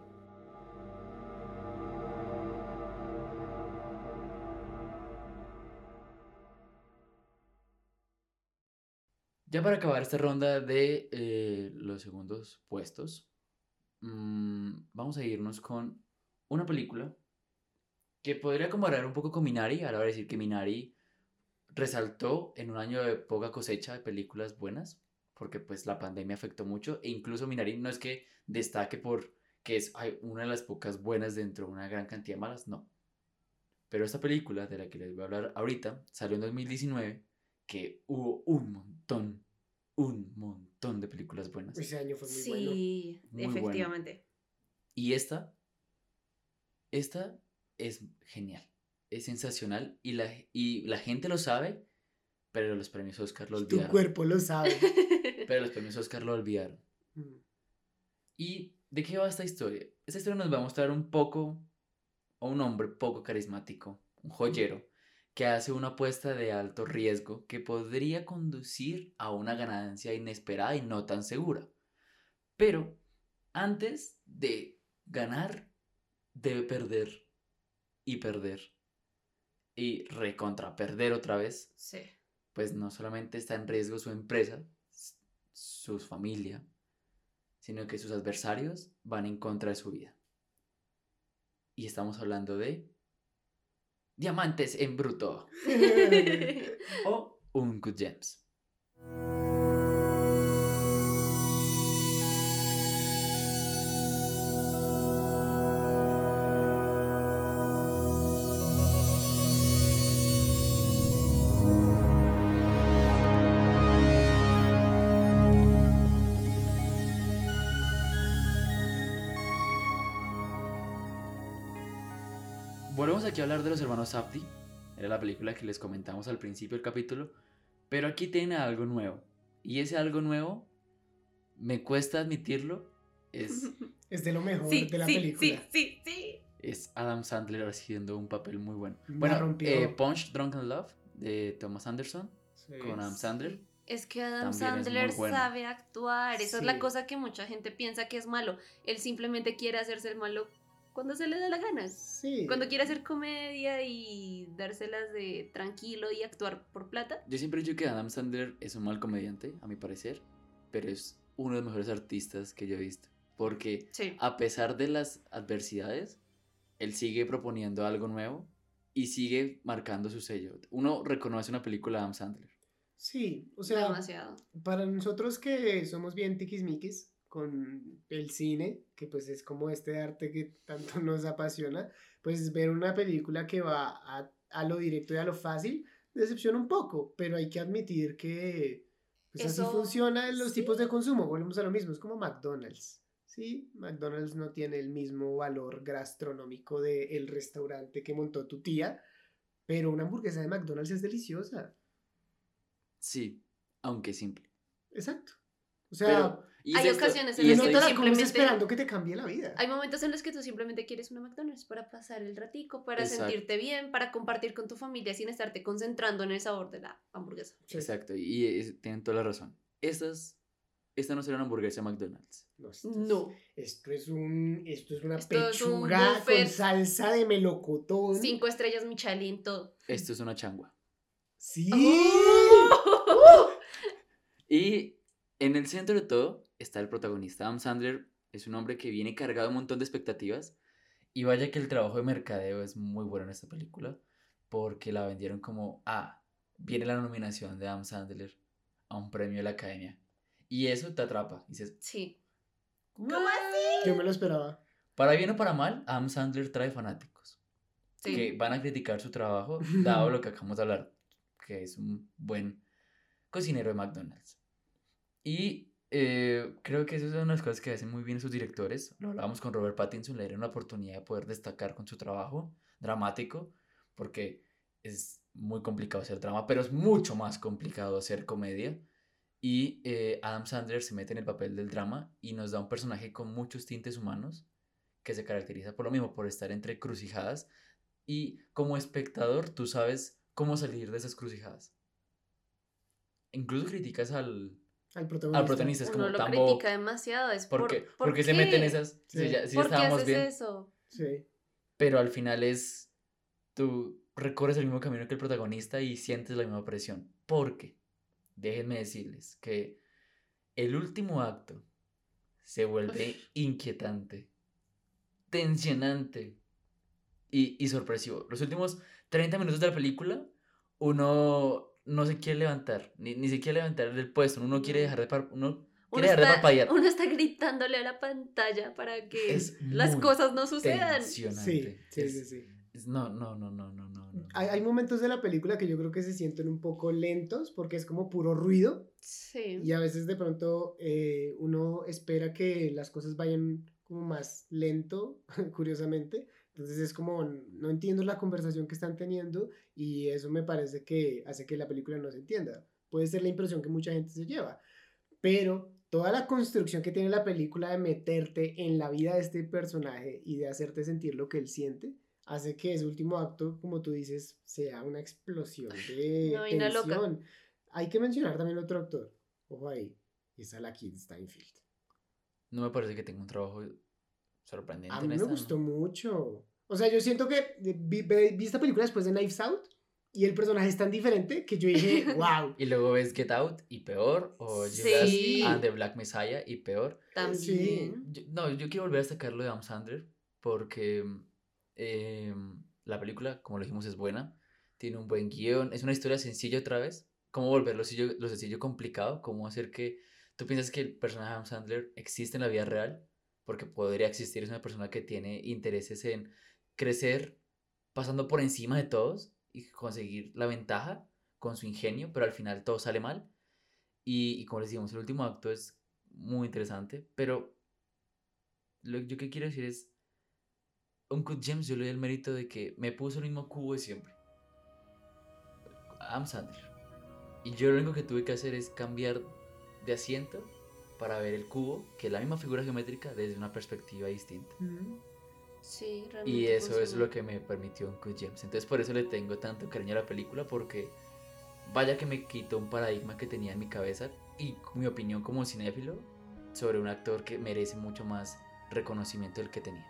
Ya para acabar esta ronda de eh, los segundos puestos, mm, vamos a irnos con una película que podría comparar un poco con Minari. Ahora voy a decir que Minari resaltó en un año de poca cosecha de películas buenas, porque pues la pandemia afectó mucho, e incluso Minari no es que destaque por que es ay, una de las pocas buenas dentro de una gran cantidad de malas, no. Pero esta película de la que les voy a hablar ahorita salió en dos mil diecinueve, que hubo un montón, un montón de películas buenas. Ese año fue muy bueno. Sí, Muy bueno. efectivamente. Y esta, esta es genial, es sensacional y la, y la gente lo sabe, pero los premios Oscar lo Tu olvidaron. cuerpo lo sabe. Pero los premios Oscar lo olvidaron. Mm. ¿Y de qué va esta historia? Esta historia nos va a mostrar un poco, a un hombre poco carismático, un joyero, que hace una apuesta de alto riesgo que podría conducir a una ganancia inesperada y no tan segura. Pero antes de ganar, debe perder y perder y recontra perder otra vez, Sí. pues no solamente está en riesgo su empresa, s- su familia, sino que sus adversarios van en contra de su vida. Y estamos hablando de Diamantes en Bruto o Uncut Gems. Volvemos aquí a hablar de los hermanos Safdie. Era la película que les comentamos al principio del capítulo. Pero aquí tiene algo nuevo. Y ese algo nuevo, me cuesta admitirlo, es, Es de lo mejor Sí, de la sí, película. sí, sí, sí. es Adam Sandler haciendo un papel muy bueno. La Bueno, rompió. eh, Punch Drunken Love de Thomas Anderson Sí. con Adam Sandler. Es que Adam También es muy Sandler bueno. sabe actuar. Esa es Sí. la cosa que mucha gente piensa que es malo. Él simplemente quiere hacerse el malo cuando se le da la gana. Sí. Cuando quiere hacer comedia y dárselas de tranquilo y actuar por plata. Yo siempre he dicho que Adam Sandler es un mal comediante, a mi parecer, pero es uno de los mejores artistas que yo he visto. Porque Sí. a pesar de las adversidades, él sigue proponiendo algo nuevo y sigue marcando su sello. Uno reconoce una película de Adam Sandler. Sí, o sea, Demasiado. para nosotros que somos bien tiquismiquis con el cine, que pues es como este arte que tanto nos apasiona, pues ver una película que va a, a lo directo y a lo fácil decepciona un poco, pero hay que admitir que pues así Eso- funcionan los sí. tipos de consumo, volvemos a lo mismo, es como McDonald's. Sí, McDonald's no tiene el mismo valor gastronómico del restaurante que montó tu tía, pero una hamburguesa de McDonald's es deliciosa. Sí, aunque simple. Exacto. O sea, Pero, y Hay es esto- ocasiones en y y las no que te esto- la tú comes simplemente- esperando que te cambie la vida. Hay momentos en los que tú simplemente quieres una McDonald's para pasar el ratico, para Exacto. sentirte bien, para compartir con tu familia sin estarte concentrando en el sabor de la hamburguesa. Sí. Exacto, y es- tienen toda la razón. Estas, esta no será una hamburguesa de McDonald's. No, esto es, No. esto es un, esto es una Esto es un pechuga con buffet. salsa de melocotón. Cinco estrellas Michelin, todo. Esto es una changua. Sí. ¡Oh! Y en el centro de todo está el protagonista. Adam Sandler es un hombre que viene cargado de un montón de expectativas. Y vaya que el trabajo de mercadeo es muy bueno en esta película. Porque la vendieron como, ah, viene la nominación de Adam Sandler a un premio de la Academia. Y eso te atrapa. Y dices, Sí. ¿cómo Yo me lo esperaba. Para bien o para mal, Adam Sandler trae fanáticos. Sí. Que van a criticar su trabajo, dado lo que acabamos de hablar, que es un buen cocinero de McDonald's. Y eh, creo que eso es una de las cosas que hacen muy bien sus directores. Lo hablábamos con Robert Pattinson, le dieron la oportunidad de poder destacar con su trabajo dramático, porque es muy complicado hacer drama, pero es mucho más complicado hacer comedia. Y eh, Adam Sandler se mete en el papel del drama y nos da un personaje con muchos tintes humanos que se caracteriza por lo mismo, por estar entre crucijadas. Y como espectador, tú sabes cómo salir de esas crucijadas. Incluso criticas al, Al protagonista. al protagonista. Es como Uno lo tan critica bobo. demasiado. Es ¿Por por, qué? ¿por Porque se qué? mete en esas. Sí. Sí, ya, sí ¿Por qué estábamos haces bien. eso? Sí. Pero al final es. Tú recorres el mismo camino que el protagonista y sientes la misma presión. Porque, déjenme decirles que el último acto se vuelve inquietante, tensionante y, y sorpresivo. Los últimos treinta minutos de la película, uno no se quiere levantar, ni, ni se quiere levantar del puesto, uno no quiere dejar de, par, uno Uno quiere dejar de está, parpadear. uno está gritándole a la pantalla para que Es las muy cosas no sucedan. tensionante. Sí, sí, Es- sí, sí. es- no, no, no, no, no, no. no. Hay, hay momentos de la película que yo creo que se sienten un poco lentos porque es como puro ruido Sí. y a veces de pronto eh, uno espera que las cosas vayan como más lento, curiosamente. Entonces es como, no entiendo la conversación que están teniendo y eso me parece que hace que la película no se entienda. Puede ser la impresión que mucha gente se lleva, pero toda la construcción que tiene la película de meterte en la vida de este personaje y de hacerte sentir lo que él siente, hace que ese último acto, como tú dices, sea una explosión de Una vaina loca. tensión. Hay que mencionar también otro actor, ojo ahí, y es Lakeith Stanfield. No me parece que tenga un trabajo sorprendente A en mí me esta, ¿no? gustó mucho. O sea, yo siento que vi, vi- vi esta película después de Knives Out y el personaje es tan diferente que yo dije, wow. Y luego ves Get Out y peor, o Sí. Judas and the Black Messiah y peor. También. Sí. Yo- no, yo quiero volver a destacar lo de Adam Sandler porque eh, la película, como lo dijimos, es buena, tiene un buen guión, es una historia sencilla otra vez. Cómo volver lo sencillo, lo sencillo complicado, cómo hacer que tú piensas que el personaje de Adam Sandler existe en la vida real, porque podría existir, es una persona que tiene intereses en crecer pasando por encima de todos y conseguir la ventaja con su ingenio, pero al final todo sale mal. Y, y como les decimos, el último acto es muy interesante, pero lo yo que quiero decir es, Uncut James yo le doy el mérito de que me puso el mismo cubo de siempre. Adam Sandler. Y yo lo único que tuve que hacer es cambiar de asiento para ver el cubo, que es la misma figura geométrica, desde una perspectiva distinta. Sí, realmente Y eso es funciona. lo que me permitió Uncut James. Entonces por eso le tengo tanto cariño a la película, porque vaya que me quitó un paradigma que tenía en mi cabeza y mi opinión como cinéfilo sobre un actor que merece mucho más reconocimiento del que tenía.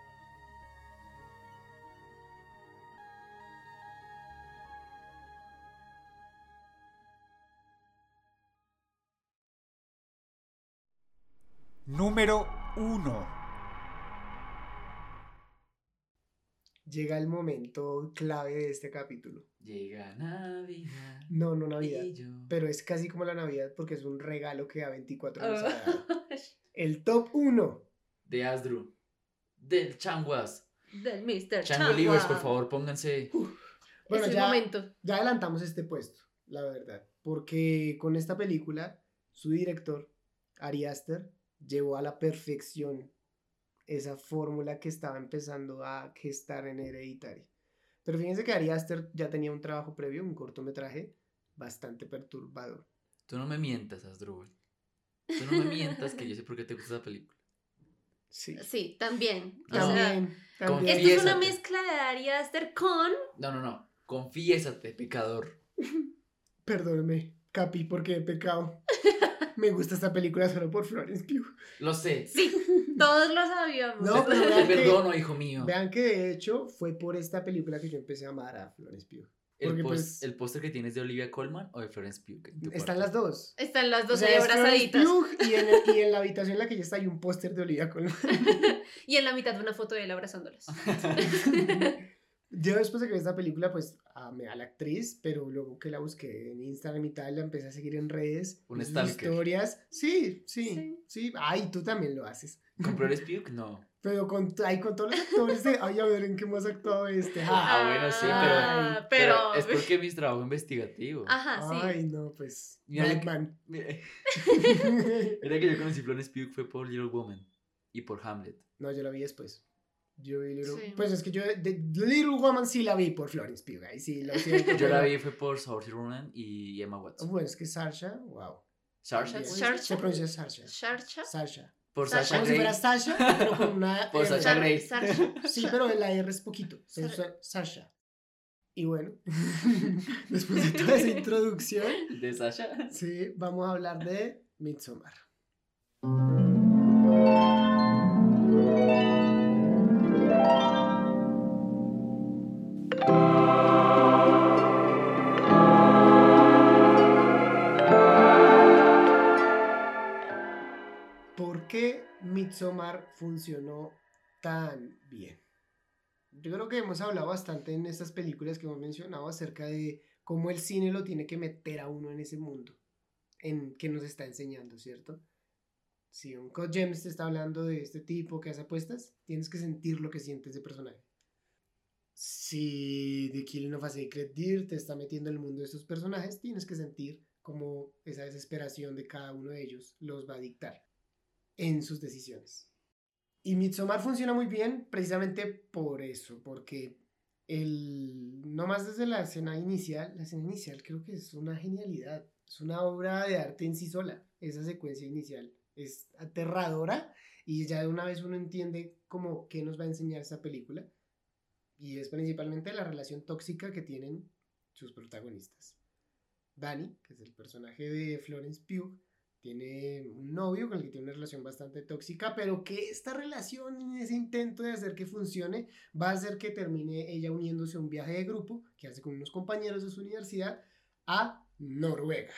Número uno. Llega el momento clave de este capítulo. Llega Navidad. No, no Navidad, y yo- pero es casi como la Navidad porque es un regalo que A veinticuatro nos ha Ah. dado. El top uno. De Asdru. Del Changuas. Del mister Chango Livers, por Changua. favor, pónganse. Bueno, es el ya, momento. ya adelantamos este puesto, la verdad, porque con esta película, su director, Ari Aster, llevó a la perfección esa fórmula que estaba empezando a gestar en Hereditary. Pero fíjense que Ari Aster ya tenía un trabajo previo, un cortometraje bastante perturbador. Tú no me mientas, Asdrúbal. Tú no me mientas que yo sé por qué te gusta esa película. Sí. Sí, también. O No. sea, También, también. esto es una Confiésate. mezcla de Ari Aster con... No, no, no. Confiésate, pecador. Perdóneme, Capi, porque he pecado. me gusta esta película solo por Florence Pugh. Lo sé. Sí, todos lo sabíamos. No, pero Te vean que, perdono, hijo mío. vean que de hecho fue por esta película que yo empecé a amar a Florence Pugh. ¿El, Porque pos- pues ¿El póster que tienes de Olivia Colman o de Florence Pugh? en tu están cuarto? las dos. Están las O dos sea, ahí es Florence abrazaditas. Pugh y en, el- y en la habitación en la que ella está hay un póster de Olivia Colman. Y en la mitad una foto de él abrazándolas. Yo después de que vi esta película, pues amé a la actriz, pero luego que la busqué en Instagram y tal, la empecé a seguir en redes. Un en sus stalker. historias. Sí, sí, Sí. sí. Ay, tú también lo haces. ¿Con Florence Pugh? No. Pero con, ay, con todos los actores de, ay, a ver en qué más ha actuado este. Ja. Ah, bueno, sí, Ah, pero, pero... Es porque mi trabajo investigativo. Ajá, sí. Ay, no, pues. Mira, Batman. Mira Mira que yo conocí Florence Pugh fue por Little Woman y por Hamlet. No, yo la vi después. Yo vi Little... Sí. Pues es que yo de, de Little Woman sí la vi por Florence Pugh. Ahí sí, lo siento. Yo la pero- vi fue por Saoirse Ronan y Emma Watson. Bueno, es que Sarsha, wow. Saoirse. Bien. Saoirse. Se pronuncia Sarsha. Sharcha. Sarsha. Por Sasha Sasha Como si fuera Grey. Sasha, pero con una... Por R. Sasha Grey. Sarsha. Sí, pero la R es poquito. Entonces, Sar- Sasha. Y bueno, después de toda esa introducción, De Sasha. sí, vamos a hablar de Midsommar. ¿Por qué Midsommar funcionó tan bien? Yo creo que hemos hablado bastante en estas películas que hemos mencionado acerca de cómo el cine lo tiene que meter a uno en ese mundo en que nos está enseñando, ¿cierto? Si un Uncut Gems te está hablando de este tipo que hace apuestas, tienes que sentir lo que sientes de personaje. Si The Killing of a Sacred Deer te está metiendo en el mundo de estos personajes, tienes que sentir cómo esa desesperación de cada uno de ellos los va a dictar en sus decisiones. Y Midsommar funciona muy bien precisamente por eso, porque el, no más desde la escena inicial, la escena inicial creo que es una genialidad, es una obra de arte en sí sola, esa secuencia inicial es aterradora y ya de una vez uno entiende como qué nos va a enseñar esta película y es principalmente la relación tóxica que tienen sus protagonistas. Danny, que es el personaje de Florence Pugh, tiene un novio con el que tiene una relación bastante tóxica, pero que esta relación y ese intento de hacer que funcione va a hacer que termine ella uniéndose a un viaje de grupo que hace con unos compañeros de su universidad a Noruega,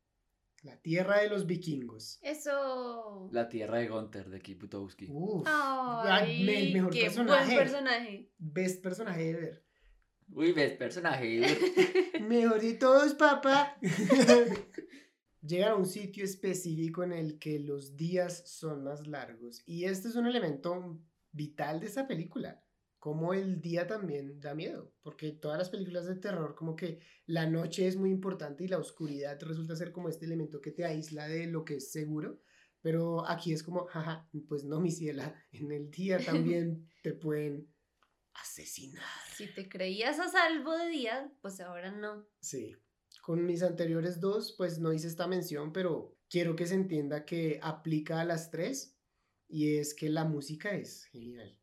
la tierra de los vikingos. Eso. La tierra de Gunther de Kip Butowski. Uf, Ay, el mejor qué personaje. buen personaje. Best personaje ever. Uy, ves personaje. Mejor de todos, papá. Llegan a un sitio específico en el que los días son más largos. Y este es un elemento vital de esta película. Como el día también da miedo. Porque todas las películas de terror, como que la noche es muy importante y la oscuridad resulta ser como este elemento que te aísla de lo que es seguro. Pero aquí es como, jaja, pues no, mi ciela. En el día también te pueden asesinar. Si te creías a salvo de día, pues ahora no. Sí. Con mis anteriores dos, pues no hice esta mención, pero quiero que se entienda que aplica a las tres y es que la música es genial.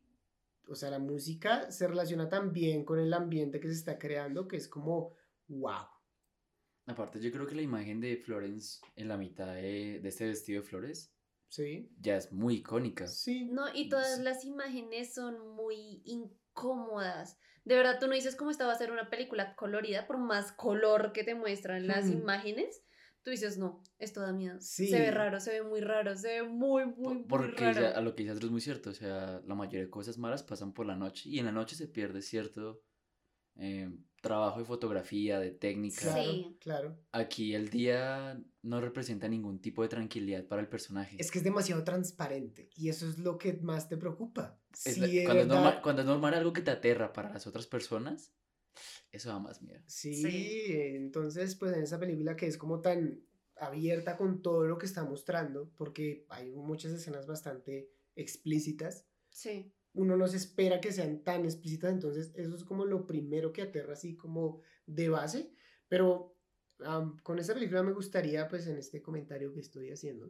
O sea, la música se relaciona tan bien con el ambiente que se está creando que es como, wow. Aparte, yo creo que la imagen de Florence en la mitad de, de este vestido de flores ¿Sí? ya es muy icónica. Sí. No, y todas Sí. las imágenes son muy incómodas. De verdad, tú no dices cómo esta va a ser una película colorida, por más color que te muestran las Hmm. imágenes. Tú dices, no, esto da miedo. Sí. Se ve raro, se ve muy raro, se ve muy, muy, Por- muy Porque raro. ya, a lo que dices es muy cierto, o sea, la mayoría de cosas malas pasan por la noche y en la noche se pierde cierto eh, trabajo de fotografía, de técnica. Claro, Sí. claro. Aquí el día no representa ningún tipo de tranquilidad para el personaje. Es que es demasiado transparente y eso es lo que más te preocupa. Es Si la- de cuando, es verdad- normal, cuando es normal algo que te aterra para las otras personas, eso da más miedo. Sí, Sí. entonces pues en esa película que es como tan abierta con todo lo que está mostrando, porque hay muchas escenas bastante explícitas, Sí. uno no se espera que sean tan explícitas, entonces eso es como lo primero que aterra así como de base, pero am, con esta película me gustaría pues en este comentario que estoy haciendo,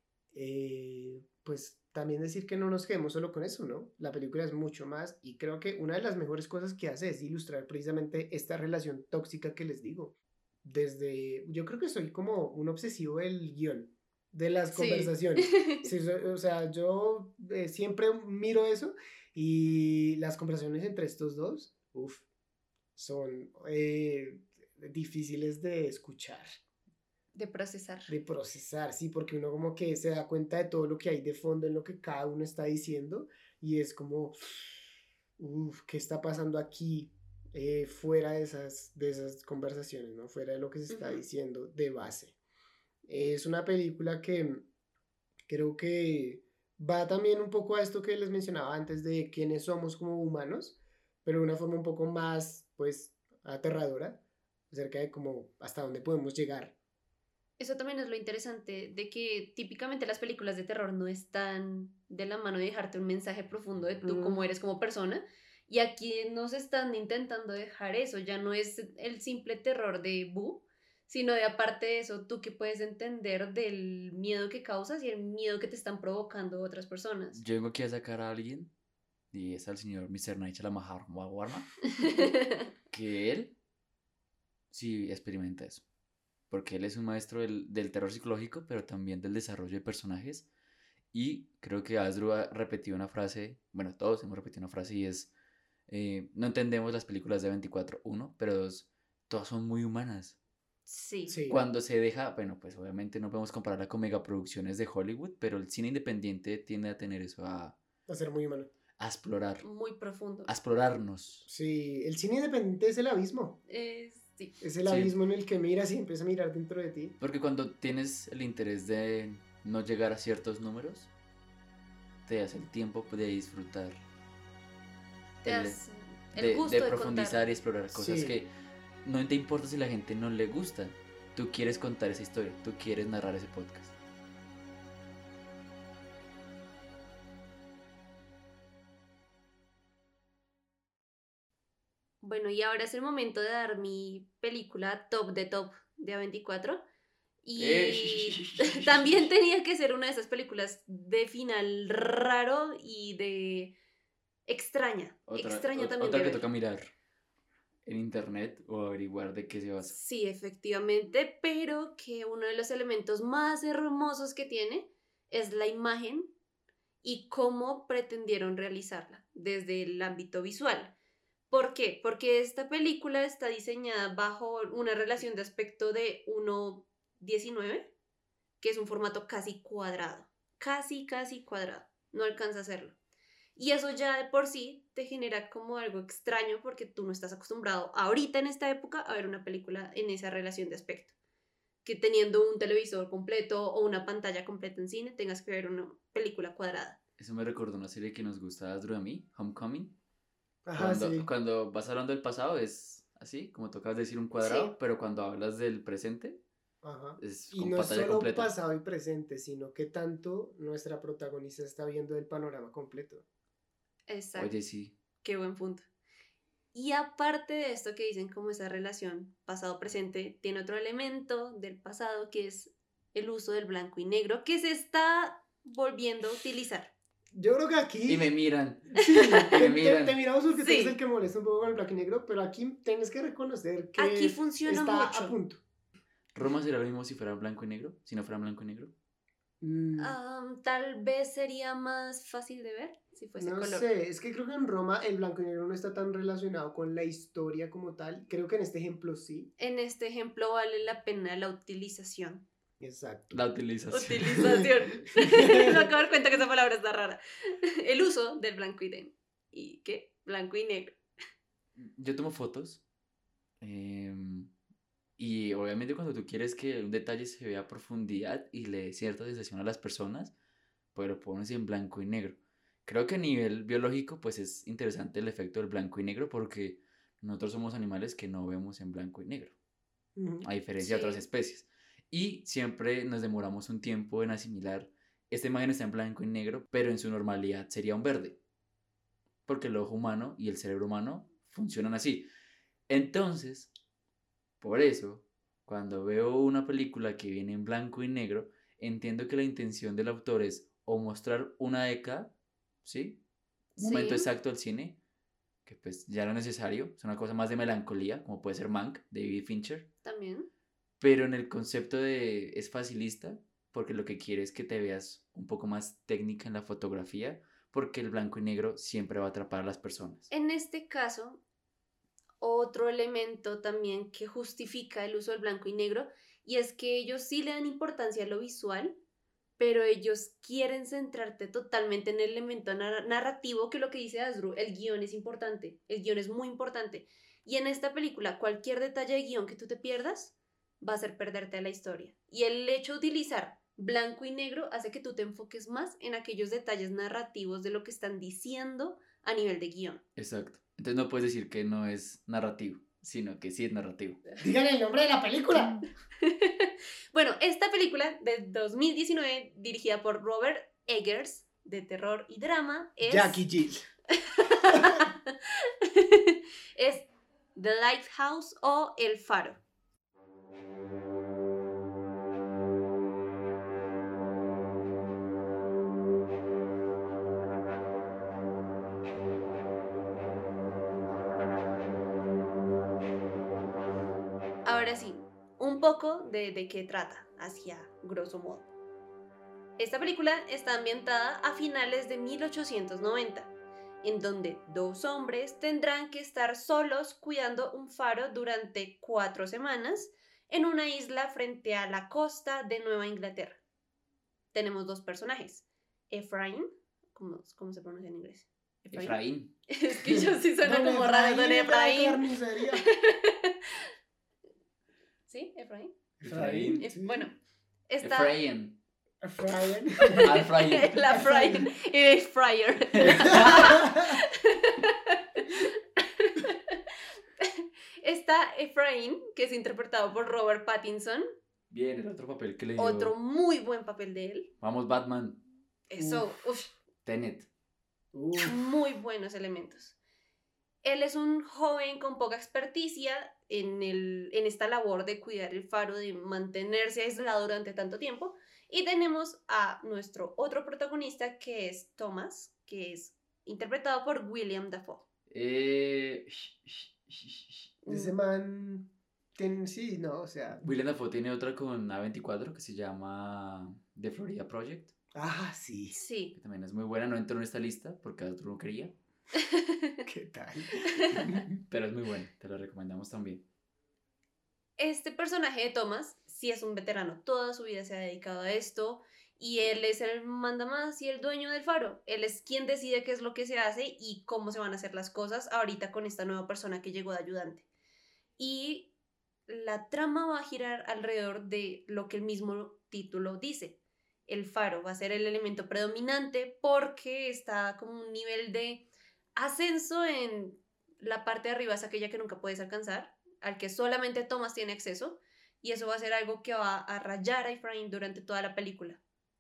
eh, pues también decir que no nos quedemos solo con eso, ¿no? La película es mucho más y creo que una de las mejores cosas que hace es ilustrar precisamente esta relación tóxica que les digo. Desde, yo creo que soy como un obsesivo del guión. de las Sí. conversaciones. Sí, o sea, yo eh, siempre miro eso y las conversaciones entre estos dos, uff, son eh, difíciles de escuchar, De procesar. de procesar, sí, porque uno como que se da cuenta de todo lo que hay de fondo en lo que cada uno está diciendo y es como, uff, ¿qué está pasando aquí? Eh, fuera de esas, de esas conversaciones, ¿no? Fuera de lo que se está Ujú. diciendo de base. Es una película que creo que va también un poco a esto que les mencionaba antes de quiénes somos como humanos, pero de una forma un poco más, pues, aterradora, acerca de cómo hasta dónde podemos llegar. Eso también es lo interesante de que típicamente las películas de terror no están de la mano de dejarte un mensaje profundo de tú cómo Mm. eres como persona. Y aquí nos están intentando dejar eso. Ya no es el simple terror de Bu, sino de aparte de eso, tú que puedes entender del miedo que causas y el miedo que te están provocando otras personas. Yo vengo aquí a sacar a alguien, y es al señor mister Night Shyamalan Warma, que él sí experimenta eso. Porque él es un maestro del, del terror psicológico, pero también del desarrollo de personajes. Y creo que Asdru ha repetido una frase, bueno, todos hemos repetido una frase y es, eh, no entendemos las películas de veinticuatro, uno, pero dos, todas son muy humanas. Sí. Sí, Cuando se deja, bueno, pues obviamente no podemos compararla con megaproducciones de Hollywood, pero el cine independiente tiende a tener eso, a, a ser muy humano. a explorar, Muy profundo. a explorarnos. Sí, el cine independiente es el abismo. Eh, sí. Es el Sí. abismo en el que miras y empiezas a mirar dentro de ti. Porque cuando tienes el interés de no llegar a ciertos números, te das el tiempo de disfrutar, Te el- das el de, gusto de de profundizar contar. y explorar cosas Sí. que no te importa si la gente no le gusta. Tú quieres contar esa historia, tú quieres narrar ese podcast. Bueno, y ahora es el momento de dar mi película top de top de A veinticuatro. Y Eh. también tenía que ser una de esas películas de final raro y de extraña. Otra, extraña ot- también otra de que ver. toca mirar en internet o averiguar de qué se basa. Sí, efectivamente, pero que uno de los elementos más hermosos que tiene es la imagen y cómo pretendieron realizarla desde el ámbito visual. ¿Por qué? Porque esta película está diseñada bajo una relación de aspecto de uno diecinueve, que es un formato casi cuadrado. Casi, casi cuadrado. No alcanza a hacerlo. Y eso ya de por sí te genera como algo extraño porque tú no estás acostumbrado ahorita en esta época a ver una película en esa relación de aspecto. Que teniendo un televisor completo o una pantalla completa en cine tengas que ver una película cuadrada. Eso me recordó una serie que nos gusta a Drew y a mí, Homecoming. Ajá, Cuando, sí. cuando vas hablando del pasado es así, como tocas decir un cuadrado, Sí. pero cuando hablas del presente Ajá. es Y con no es pantalla solo completa. pasado y presente, sino que tanto nuestra protagonista está viendo el panorama completo. Exacto. Oye, sí. Qué buen punto. Y aparte de esto que dicen como esa relación pasado-presente, tiene otro elemento del pasado que es el uso del blanco y negro que se está volviendo a utilizar. Yo creo que aquí... Y me miran. Sí, te, te- miran. te miramos porque tú Sí. eres el que molesta un poco con el blanco y negro, pero aquí tienes que reconocer que Aquí funciona está mucho. a punto. ¿Roma sería lo mismo si fuera blanco y negro? Si no fuera blanco y negro. Mm, Am, tal vez sería más fácil de ver si fuese no color. sé, es que creo que en Roma el blanco y negro no está tan relacionado con la historia como tal. Creo que en este ejemplo sí. En este ejemplo vale la pena la utilización. Exacto. La utilización. Utilización. Me acabo de dar cuenta que esa palabra está rara. El uso del blanco y negro. ¿Y qué? Blanco y negro. Yo tomo fotos. em, y obviamente cuando tú quieres que un detalle se vea a profundidad y le dé cierta sensación a las personas, pues lo pones en blanco y negro. Creo que a nivel biológico pues es interesante el efecto del blanco y negro porque nosotros somos animales que no vemos en blanco y negro, Ujú. a diferencia de Sí. otras especies. Y siempre nos demoramos un tiempo en asimilar, esta imagen está en blanco y negro, pero en su normalidad sería un verde. Porque el ojo humano y el cerebro humano funcionan así. Entonces, por eso, cuando veo una película que viene en blanco y negro, entiendo que la intención del autor es o mostrar una década, ¿sí? Un momento Sí. exacto del cine, que pues ya no es necesario, es una cosa más de melancolía, como puede ser Mank, de David Fincher, También. pero en el concepto de es facilista porque lo que quiere es que te veas un poco más técnica en la fotografía, porque el blanco y negro siempre va a atrapar a las personas. En este caso, otro elemento también que justifica el uso del blanco y negro, y es que ellos sí le dan importancia a lo visual, pero ellos quieren centrarte totalmente en el elemento nar- narrativo, que lo que dice Asdru, el guión es importante, el guión es muy importante. Y en esta película, cualquier detalle de guión que tú te pierdas va a hacer perderte a la historia. Y el hecho de utilizar blanco y negro hace que tú te enfoques más en aquellos detalles narrativos de lo que están diciendo a nivel de guión. Exacto. Entonces no puedes decir que no es narrativo, sino que sí es narrativo. Digan el nombre de la película. Bueno, esta película de dos mil diecinueve, dirigida por Robert Eggers, de terror y drama, es... Jackie Jill. es The Lighthouse o El Faro. Ahora sí, un poco de, de qué trata, hacia grosso modo. Esta película está ambientada a finales de mil ochocientos noventa, en donde dos hombres tendrán que estar solos cuidando un faro durante cuatro semanas en una isla frente a la costa de Nueva Inglaterra. Tenemos dos personajes, Efraín, ¿cómo, cómo se pronuncia en inglés? Efraín. Es que yo sí suena Don como raro, don Efraín, Efraín. la carnicería. ¿Sí? ¿Efraín? Efraín. Ef- Sí. Bueno, está... Efraín. Efraín. Al Efraín. La Efraín. Es Fryer. Está Efraín, que es interpretado por Robert Pattinson. Bien, el otro papel que le dio. Otro muy buen papel de él. Vamos, Batman. Eso, uf, Tenet. Uf. muy buenos elementos. Él es un joven con poca experticia en, el, en esta labor de cuidar el faro, de mantenerse aislado durante tanto tiempo. Y tenemos a nuestro otro protagonista, que es Thomas, que es interpretado por William Dafoe. Eh... sh- sh- sh- sh- Ese man. Ten, sí, no, o sea. William Dafoe tiene otra con A veinticuatro que se llama The Florida Project, Ah, sí. Sí. que también es muy buena. No entró en esta lista porque otro no quería, ¿Qué tal? pero es muy buena. Te la recomendamos también. Este personaje de Thomas sí es un veterano, toda su vida se ha dedicado a esto y él es el mandamás y el dueño del faro. Él es quien decide qué es lo que se hace y cómo se van a hacer las cosas ahorita con esta nueva persona que llegó de ayudante. Y la trama va a girar alrededor de lo que el mismo título dice. El faro va a ser el elemento predominante porque está como un nivel de ascenso en la parte de arriba, es aquella que nunca puedes alcanzar, al que solamente Thomas tiene acceso, y eso va a ser algo que va a rayar a Efraín durante toda la película.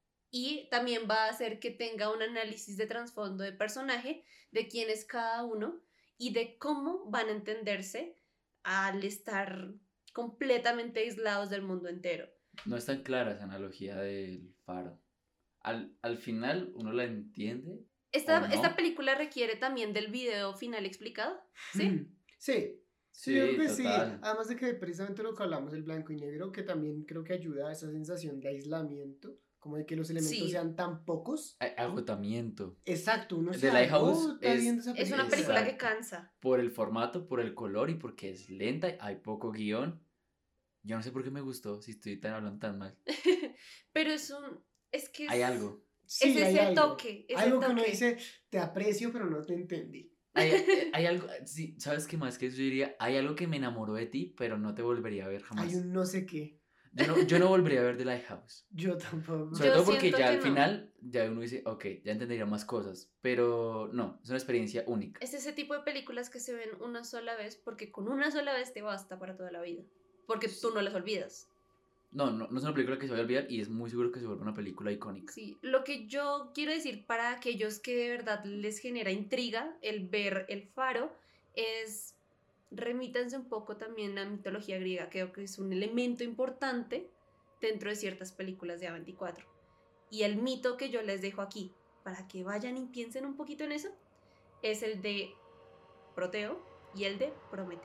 Y también va a hacer que tenga un análisis de trasfondo de personaje, de quién es cada uno, y de cómo van a entenderse al estar completamente aislados del mundo entero. No es tan clara esa analogía del faro. Al, al final uno la entiende. Esta, ¿O no? esta película requiere también del video final explicado, ¿sí? Sí. Sí, Sí, yo creo que sí. total. Además de que precisamente lo que hablamos, el blanco y negro, que también creo que ayuda a esa sensación de aislamiento, como de que los elementos Sí. sean tan pocos. Hay agotamiento. Exacto, uno The se Lighthouse agota es- viendo esa Es una película que Exacto. cansa. Por el formato, por el color y porque es lenta, hay poco guión. Yo no sé por qué me gustó, si estoy tan hablando tan mal. Pero es un... Es que es, Hay algo. Sí, es hay ese algo. toque, ese Algo que uno toque. dice, te aprecio, pero no te entendí. Hay, eh, hay algo, sí, ¿sabes qué más que eso? Yo diría, hay algo que me enamoró de ti, pero no te volvería a ver jamás. Hay un no sé qué. Yo, no, yo no volvería a ver The Lighthouse. Yo tampoco. Sobre Yo todo porque siento ya que al no. final, ya uno dice, ok, ya entendería más cosas. Pero no, es una experiencia única. Es ese tipo de películas que se ven una sola vez porque con una sola vez te basta para toda la vida. Porque tú no las olvidas. No, no, no es una película que se vaya a olvidar y es muy seguro que se vuelve una película icónica. Sí, lo que yo quiero decir para aquellos que de verdad les genera intriga el ver El Faro es remítanse un poco también a mitología griega, creo que es un elemento importante dentro de ciertas películas de A veinticuatro. Y el mito que yo les dejo aquí, para que vayan y piensen un poquito en eso, es el de Proteo y el de Prometeo.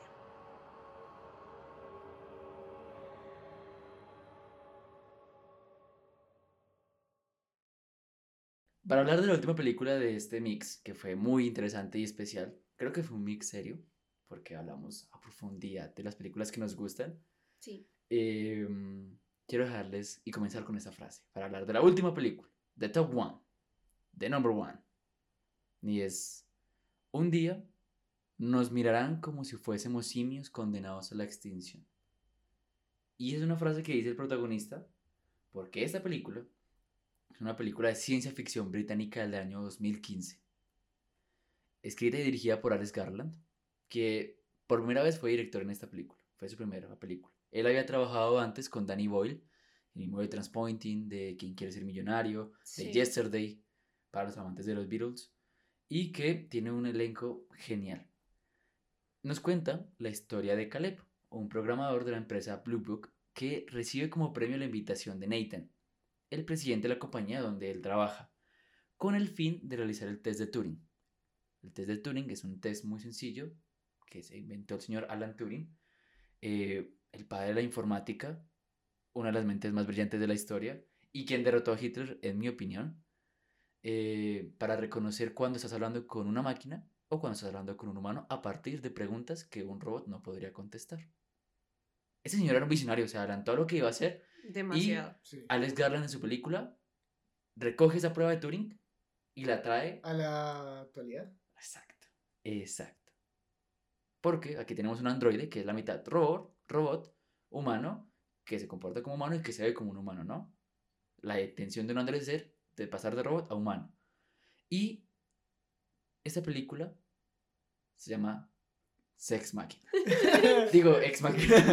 Para hablar de la última película de este mix, que fue muy interesante y especial, creo que fue un mix serio, porque hablamos a profundidad de las películas que nos gustan. Sí. Eh, quiero dejarles y comenzar con esta frase, para hablar de la última película, The Top One, The Number One. Y es, un día nos mirarán como si fuésemos simios condenados a la extinción. Y es una frase que dice el protagonista, porque esta película es una película de ciencia ficción británica del año dos mil quince. Escrita y dirigida por Alex Garland, que por primera vez fue director en esta película. Fue su primera película. Él había trabajado antes con Danny Boyle, el mismo de Transpointing, de Quien quiere ser millonario, Sí. de Yesterday, para los amantes de los Beatles, y que tiene un elenco genial. Nos cuenta la historia de Caleb, un programador de la empresa Blue Book, que recibe como premio la invitación de Nathan, el presidente de la compañía donde él trabaja, con el fin de realizar el test de Turing. El test de Turing es un test muy sencillo que se inventó el señor Alan Turing, eh, el padre de la informática, una de las mentes más brillantes de la historia, y quien derrotó a Hitler, en mi opinión, eh, para reconocer cuando estás hablando con una máquina o cuando estás hablando con un humano a partir de preguntas que un robot no podría contestar. Ese señor era un visionario, se adelantó a lo que iba a hacer. Demasiado. Sí. Alex Garland en su película recoge esa prueba de Turing y la trae. A la actualidad. Exacto, exacto. Porque aquí tenemos un androide que es la mitad robot, robot, humano, que se comporta como humano y que se ve como un humano, ¿no? La intención de un androide es ser de pasar de robot a humano. Y esta película se llama Sex Machina. Digo, Ex Machina.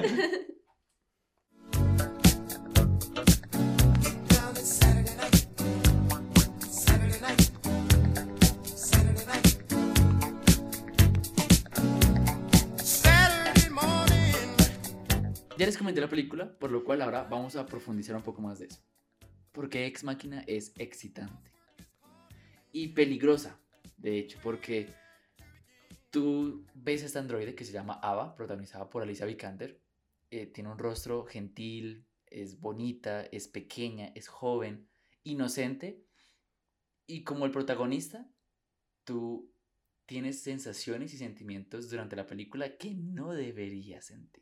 Ya les comenté la película, por lo cual ahora vamos a profundizar un poco más de eso. Porque Ex Machina es excitante y peligrosa, de hecho, porque tú ves a esta androide que se llama Ava, protagonizada por Alicia Vikander. Eh, tiene un rostro gentil, es bonita, es pequeña, es joven, inocente. Y como el protagonista, tú tienes sensaciones y sentimientos durante la película que no deberías sentir.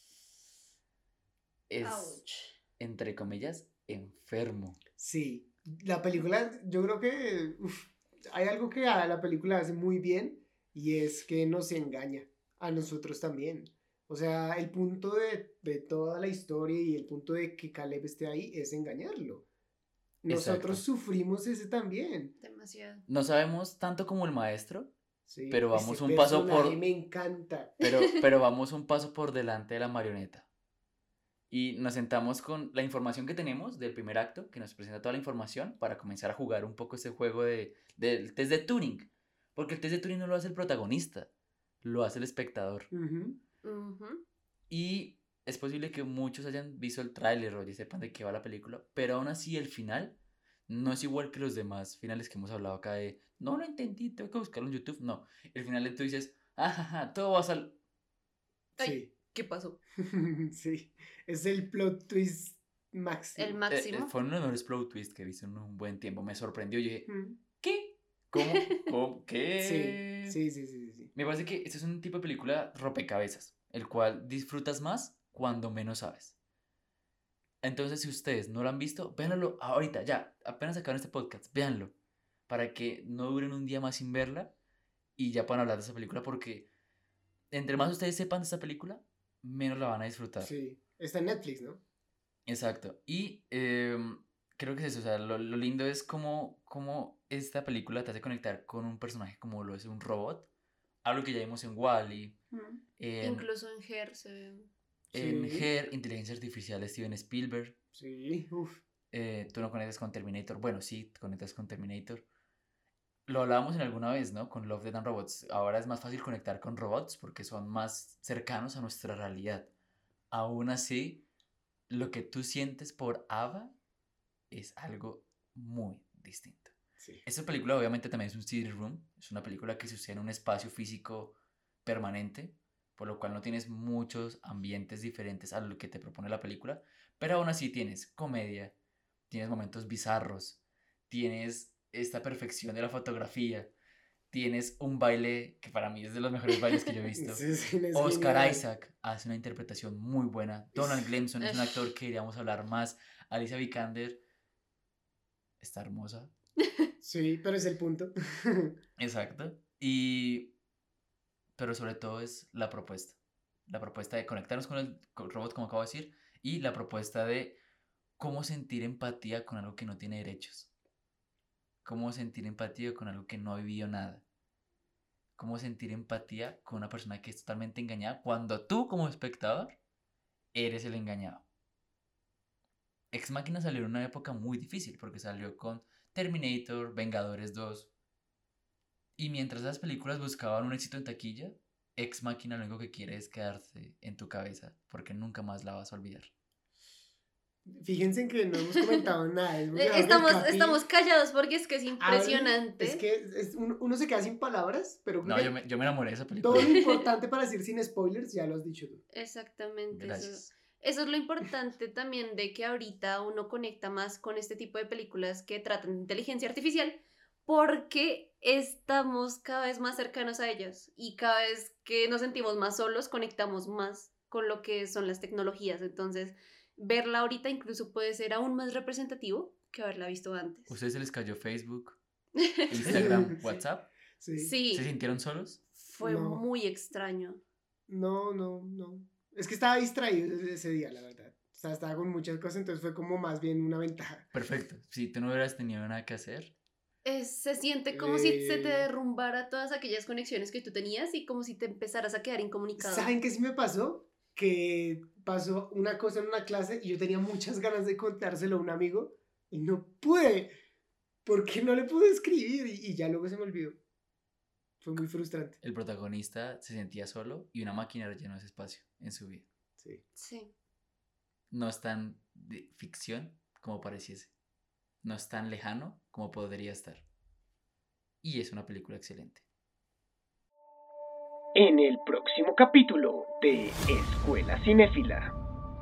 Es, Ouch. entre comillas, enfermo. Sí, la película, yo creo que uf, hay algo que a la película hace muy bien y es que nos engaña a nosotros también. O sea, el punto de, de toda la historia y el punto de que Caleb esté ahí es engañarlo. Nosotros Exacto. sufrimos ese también. Demasiado. No sabemos tanto como el maestro, Sí, pero vamos ese un paso personaje por- me encanta. pero, pero vamos un paso por delante de la marioneta. Y nos sentamos con la información que tenemos del primer acto, que nos presenta toda la información, para comenzar a jugar un poco ese juego de, del test de Turing. Porque el test de Turing no lo hace el protagonista, lo hace el espectador. Ujú. Ujú. Y es posible que muchos hayan visto el tráiler o ya sepan de qué va la película, pero aún así el final no es igual que los demás finales que hemos hablado acá de no lo entendí, tengo que buscarlo en YouTube. No, el final tú dices, ajaja, todo va a salir. Ay, ¿qué pasó? Sí. Sí, es el plot twist máximo. El máximo. fue uno de los mejores plot twists que he visto en un buen tiempo. Me sorprendió y dije, Mm. ¿qué? ¿Cómo? ¿Cómo? ¿Qué? Sí, sí, sí, sí, sí, sí. Me parece que este es un tipo de película rompecabezas, el cual disfrutas más cuando menos sabes. Entonces, si ustedes no lo han visto, véanlo ahorita, ya, apenas acabaron este podcast, véanlo, para que no duren un día más sin verla y ya puedan hablar de esa película, porque entre más ustedes sepan de esta película, menos la van a disfrutar. Sí, está en Netflix, ¿no? Exacto. Y eh, creo que es eso. O sea, lo, lo lindo es cómo, cómo esta película te hace conectar con un personaje como lo es un robot. Algo que ya vimos en Wall-E, en, Incluso en Her se ve. en Sí. Her, Inteligencia Artificial de Steven Spielberg. Sí, uff. Eh, tú no conectas con Terminator. Bueno, sí, te conectas con Terminator. Lo hablábamos en alguna vez, ¿no? Con Love, Death and Robots. Ahora es más fácil conectar con robots porque son más cercanos a nuestra realidad. Aún así, lo que tú sientes por Ava es algo muy distinto. Sí. Esta película obviamente también es un C D room, es una película que sucede en un espacio físico permanente, por lo cual no tienes muchos ambientes diferentes a lo que te propone la película, pero aún así tienes comedia, tienes momentos bizarros, tienes esta perfección de la fotografía. Tienes un baile que para mí es de los mejores bailes que yo he visto. Sí, sí, es Oscar genial. Isaac hace una interpretación muy buena. Donald Gleason es un actor que iríamos a hablar más. Alicia Vikander está hermosa. Sí, pero es el punto. Exacto. Y... Pero sobre todo es la propuesta. La propuesta de conectarnos con el con el robot, como acabo de decir. Y la propuesta de cómo sentir empatía con algo que no tiene derechos. Cómo sentir empatía con algo que no ha vivido nada. Cómo sentir empatía con una persona que es totalmente engañada cuando tú, como espectador, eres el engañado. Ex Machina salió en una época muy difícil porque salió con Terminator, Vengadores dos. Y mientras las películas buscaban un éxito en taquilla, Ex Machina lo único que quiere es quedarse en tu cabeza porque nunca más la vas a olvidar. Fíjense que no hemos comentado nada. hemos Eh, dejado que el Estamos, Capi estamos callados porque es que es hable. impresionante. Es que es- uno, uno se queda sin palabras, pero creo No, que yo me, yo me enamoré de esa todo película. lo importante para decir sin spoilers ya lo has dicho tú. Exactamente. Eso, Gracias. eso es lo importante también de que ahorita uno conecta más con este tipo de películas que tratan de inteligencia artificial porque estamos cada vez más cercanos a ellas y cada vez que nos sentimos más solos conectamos más con lo que son las tecnologías. Entonces, verla ahorita incluso puede ser aún más representativo que haberla visto antes. ¿Ustedes se les cayó Facebook, Instagram, Sí. WhatsApp? Sí. Sí, ¿Se sintieron solos? fue No. muy extraño. No, no, no. Es que estaba distraído ese, ese día, la verdad. O sea, estaba con muchas cosas, entonces fue como más bien una ventaja. Perfecto. Si tú no hubieras tenido nada que hacer, Es- se siente como si se te Eh. derrumbara todas aquellas conexiones que tú tenías y como si te empezaras a quedar incomunicado. ¿Saben qué sí me pasó? Que pasó una cosa en una clase y yo tenía muchas ganas de contárselo a un amigo y no pude. Porque no le pude escribir y, y ya luego se me olvidó. Fue muy frustrante. el protagonista se sentía solo y una máquina rellenó ese espacio en su vida. Sí. Sí. No es tan de ficción como pareciese. No es tan lejano como podría estar. Y es una película excelente. En el próximo capítulo de Escuela Cinéfila.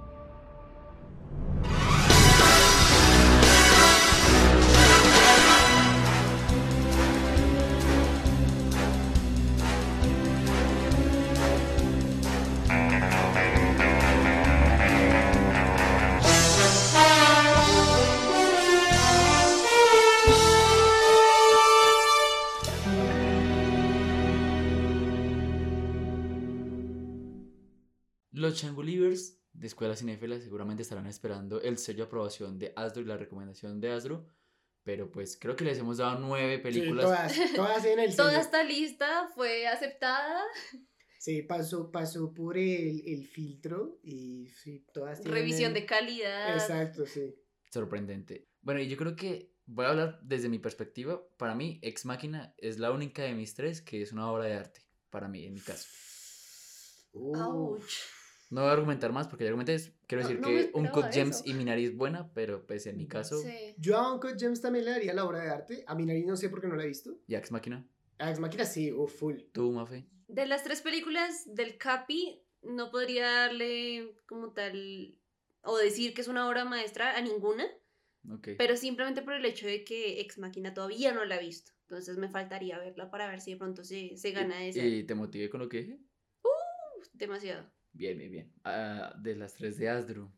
Los Changulivers de Escuela Cinéfila seguramente estarán esperando el sello de aprobación de Asdru y la recomendación de Asdru. Pero pues creo que les hemos dado nueve Sí, películas. todas, todas en el Toda sello. esta lista fue aceptada. Sí, pasó, pasó por el, el filtro y sí, todas tienen Revisión el- de calidad. Exacto, sí. Sorprendente. Bueno, y yo creo que voy a hablar desde mi perspectiva. Para mí, Ex Machina es la única de mis tres que es una obra de arte. Para mí, en mi caso. Uf. Ouch. No voy a argumentar más porque ya argumenté. Quiero No, decir no me que esperaba Uncut Gems eso. y Minari es buena, pero pues en mi caso, Sí. Yo a Uncut Gems también le daría la obra de arte. A Minari no sé por qué no la he visto. y Ex Machina. A Ex Machina sí, uf, full. ¿Tú, Mafe? De las tres películas del Capi, no podría darle como tal o decir que es una obra maestra a ninguna, Ok. pero simplemente por el hecho de que Ex Machina todavía no la he visto. Entonces me faltaría verla para ver si de pronto se, se gana esa. ¿Y te motivé con lo que dije? Demasiado. Bien, bien, bien. Ah, de las tres de Asdru.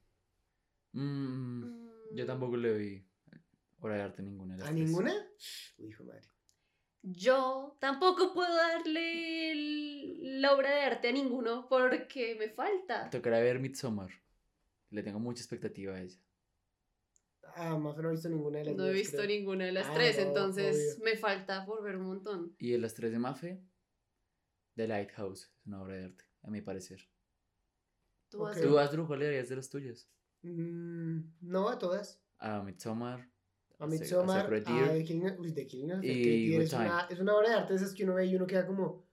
Mm, yo tampoco le doy obra de arte a ninguna de las ¿A tres. ninguna? Uy, hijo de madre. Yo tampoco puedo darle el- la obra de arte a ninguno porque me falta. Tocará ver Midsommar. Le tengo mucha expectativa a ella. Ah, Mafe no ha visto ninguna de las No he mías, visto creo. ninguna de las Ah, tres, no, entonces obvio. me falta por ver un montón. Y de las tres de Mafe, The Lighthouse es una obra de arte, a mi parecer. Tú vas Ok. a- ¿Tú, Asdru, cuál le darías de los tuyos? Mm, no a todas. A Midsommar, A a Se- a Midsommar, Sacred a Deer The Killing of, uy, The Killing of a y Sacred Deer Good es una, Time. es una obra de arte de esas que uno ve y uno queda como,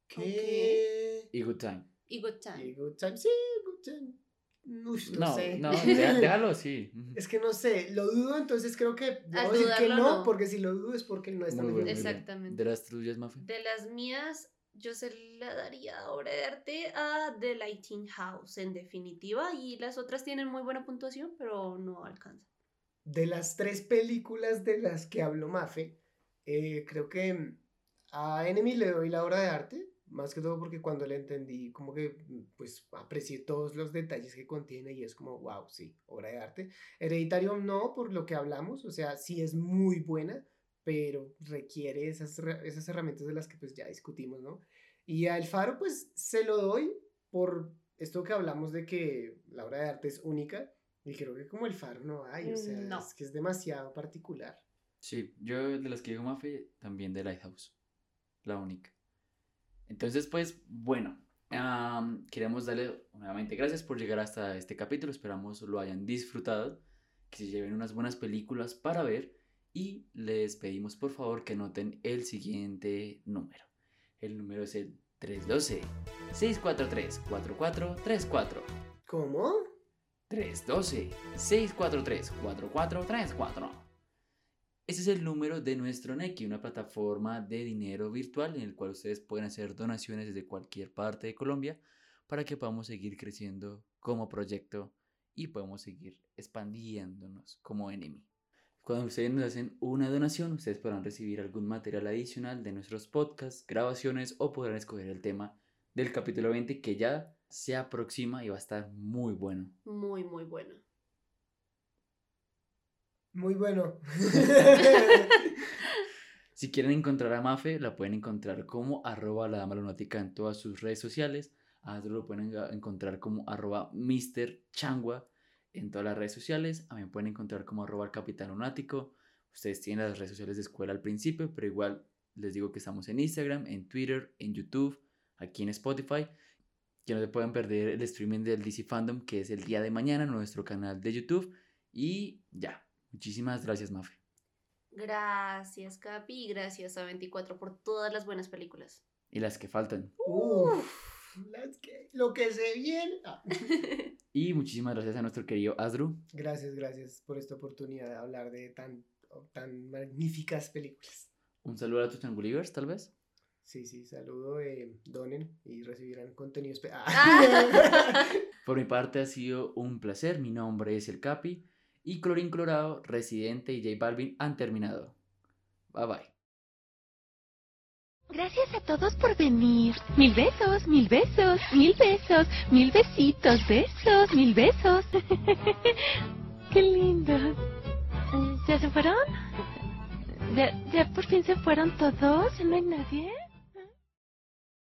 ¿qué? y Good Time. Y Good Time. Y Good Time, sí, Good Time. Uf, no, No, sé. no, deja- déjalo así. Es que no sé, lo dudo, entonces creo que Al vamos a decir que dudarlo, no, no. porque si lo dudo es porque no está Muy muy bueno, muy bien. Exactamente. ¿De las tuyas, Mafe? De las mías, yo se la daría obra de arte a The Lighthouse, en definitiva. Y las otras tienen muy buena puntuación, pero no alcanzan. De las tres películas de las que habló Mafe, Eh, creo que a Enemy le doy la obra de arte, más que todo porque cuando la entendí, como que pues aprecié todos los detalles que contiene y es como, wow, sí, obra de arte. Hereditario no, por lo que hablamos, o sea, sí es muy buena, pero requiere esas, re- esas herramientas de las que pues ya discutimos, ¿no? Y a El Faro pues se lo doy por esto que hablamos de que la obra de arte es única y creo que como El Faro no hay, o sea, No. es que es demasiado particular. Sí, yo de las que dijo Mafe, también de Lighthouse. La única. Entonces, pues, bueno. am, queremos darle nuevamente gracias por llegar hasta este capítulo. Esperamos lo hayan disfrutado. Que se lleven unas buenas películas para ver. Y les pedimos por favor que noten el siguiente número. El número es el tres uno dos, seis cuatro tres, cuatro cuatro tres cuatro. ¿Cómo? tres uno dos, seis cuatro tres, cuatro cuatro tres cuatro. Ese es el número de nuestro Nequi, una plataforma de dinero virtual en el cual ustedes pueden hacer donaciones desde cualquier parte de Colombia para que podamos seguir creciendo como proyecto y podamos seguir expandiéndonos como Enemy. Cuando ustedes nos hacen una donación, ustedes podrán recibir algún material adicional de nuestros podcasts, grabaciones o podrán escoger el tema del capítulo veinte que ya se aproxima y va a estar muy bueno. Muy, muy bueno. Muy bueno. Si quieren encontrar a Mafe, la pueden encontrar como arroba la dama lunática en todas sus redes sociales. A Andrew lo pueden enga- encontrar como arroba mister Changua en todas las redes sociales. A mí me pueden encontrar como arroba el capitán lunático. Ustedes tienen las redes sociales de escuela al principio, pero igual les digo que estamos en Instagram, en Twitter, en YouTube, aquí en Spotify. Que no se puedan perder el streaming del D C Fandom, que es el día de mañana en nuestro canal de YouTube. Y ya, muchísimas gracias, Mafe. Gracias, Capi, y gracias a veinticuatro por todas las buenas películas. Y las que faltan. Uf, las que- lo que se viene. Ah. Y muchísimas gracias a nuestro querido Asdru. Gracias, gracias por esta oportunidad de hablar de tan, tan magníficas películas. Un saludo a tus Changulivers, tal vez. Sí, sí, saludo, eh, donen y recibirán contenido espe- Ah. Ah. Por mi parte ha sido un placer. Mi nombre es el Capi. Y Colorín Colorado, Residente y J Balvin han terminado. Bye bye. Gracias a todos por venir. Mil besos, mil besos, mil besos, mil besitos, besos, mil besos. Qué lindo. ¿Ya se fueron? ¿Ya, ya por fin se fueron todos? ¿No hay nadie?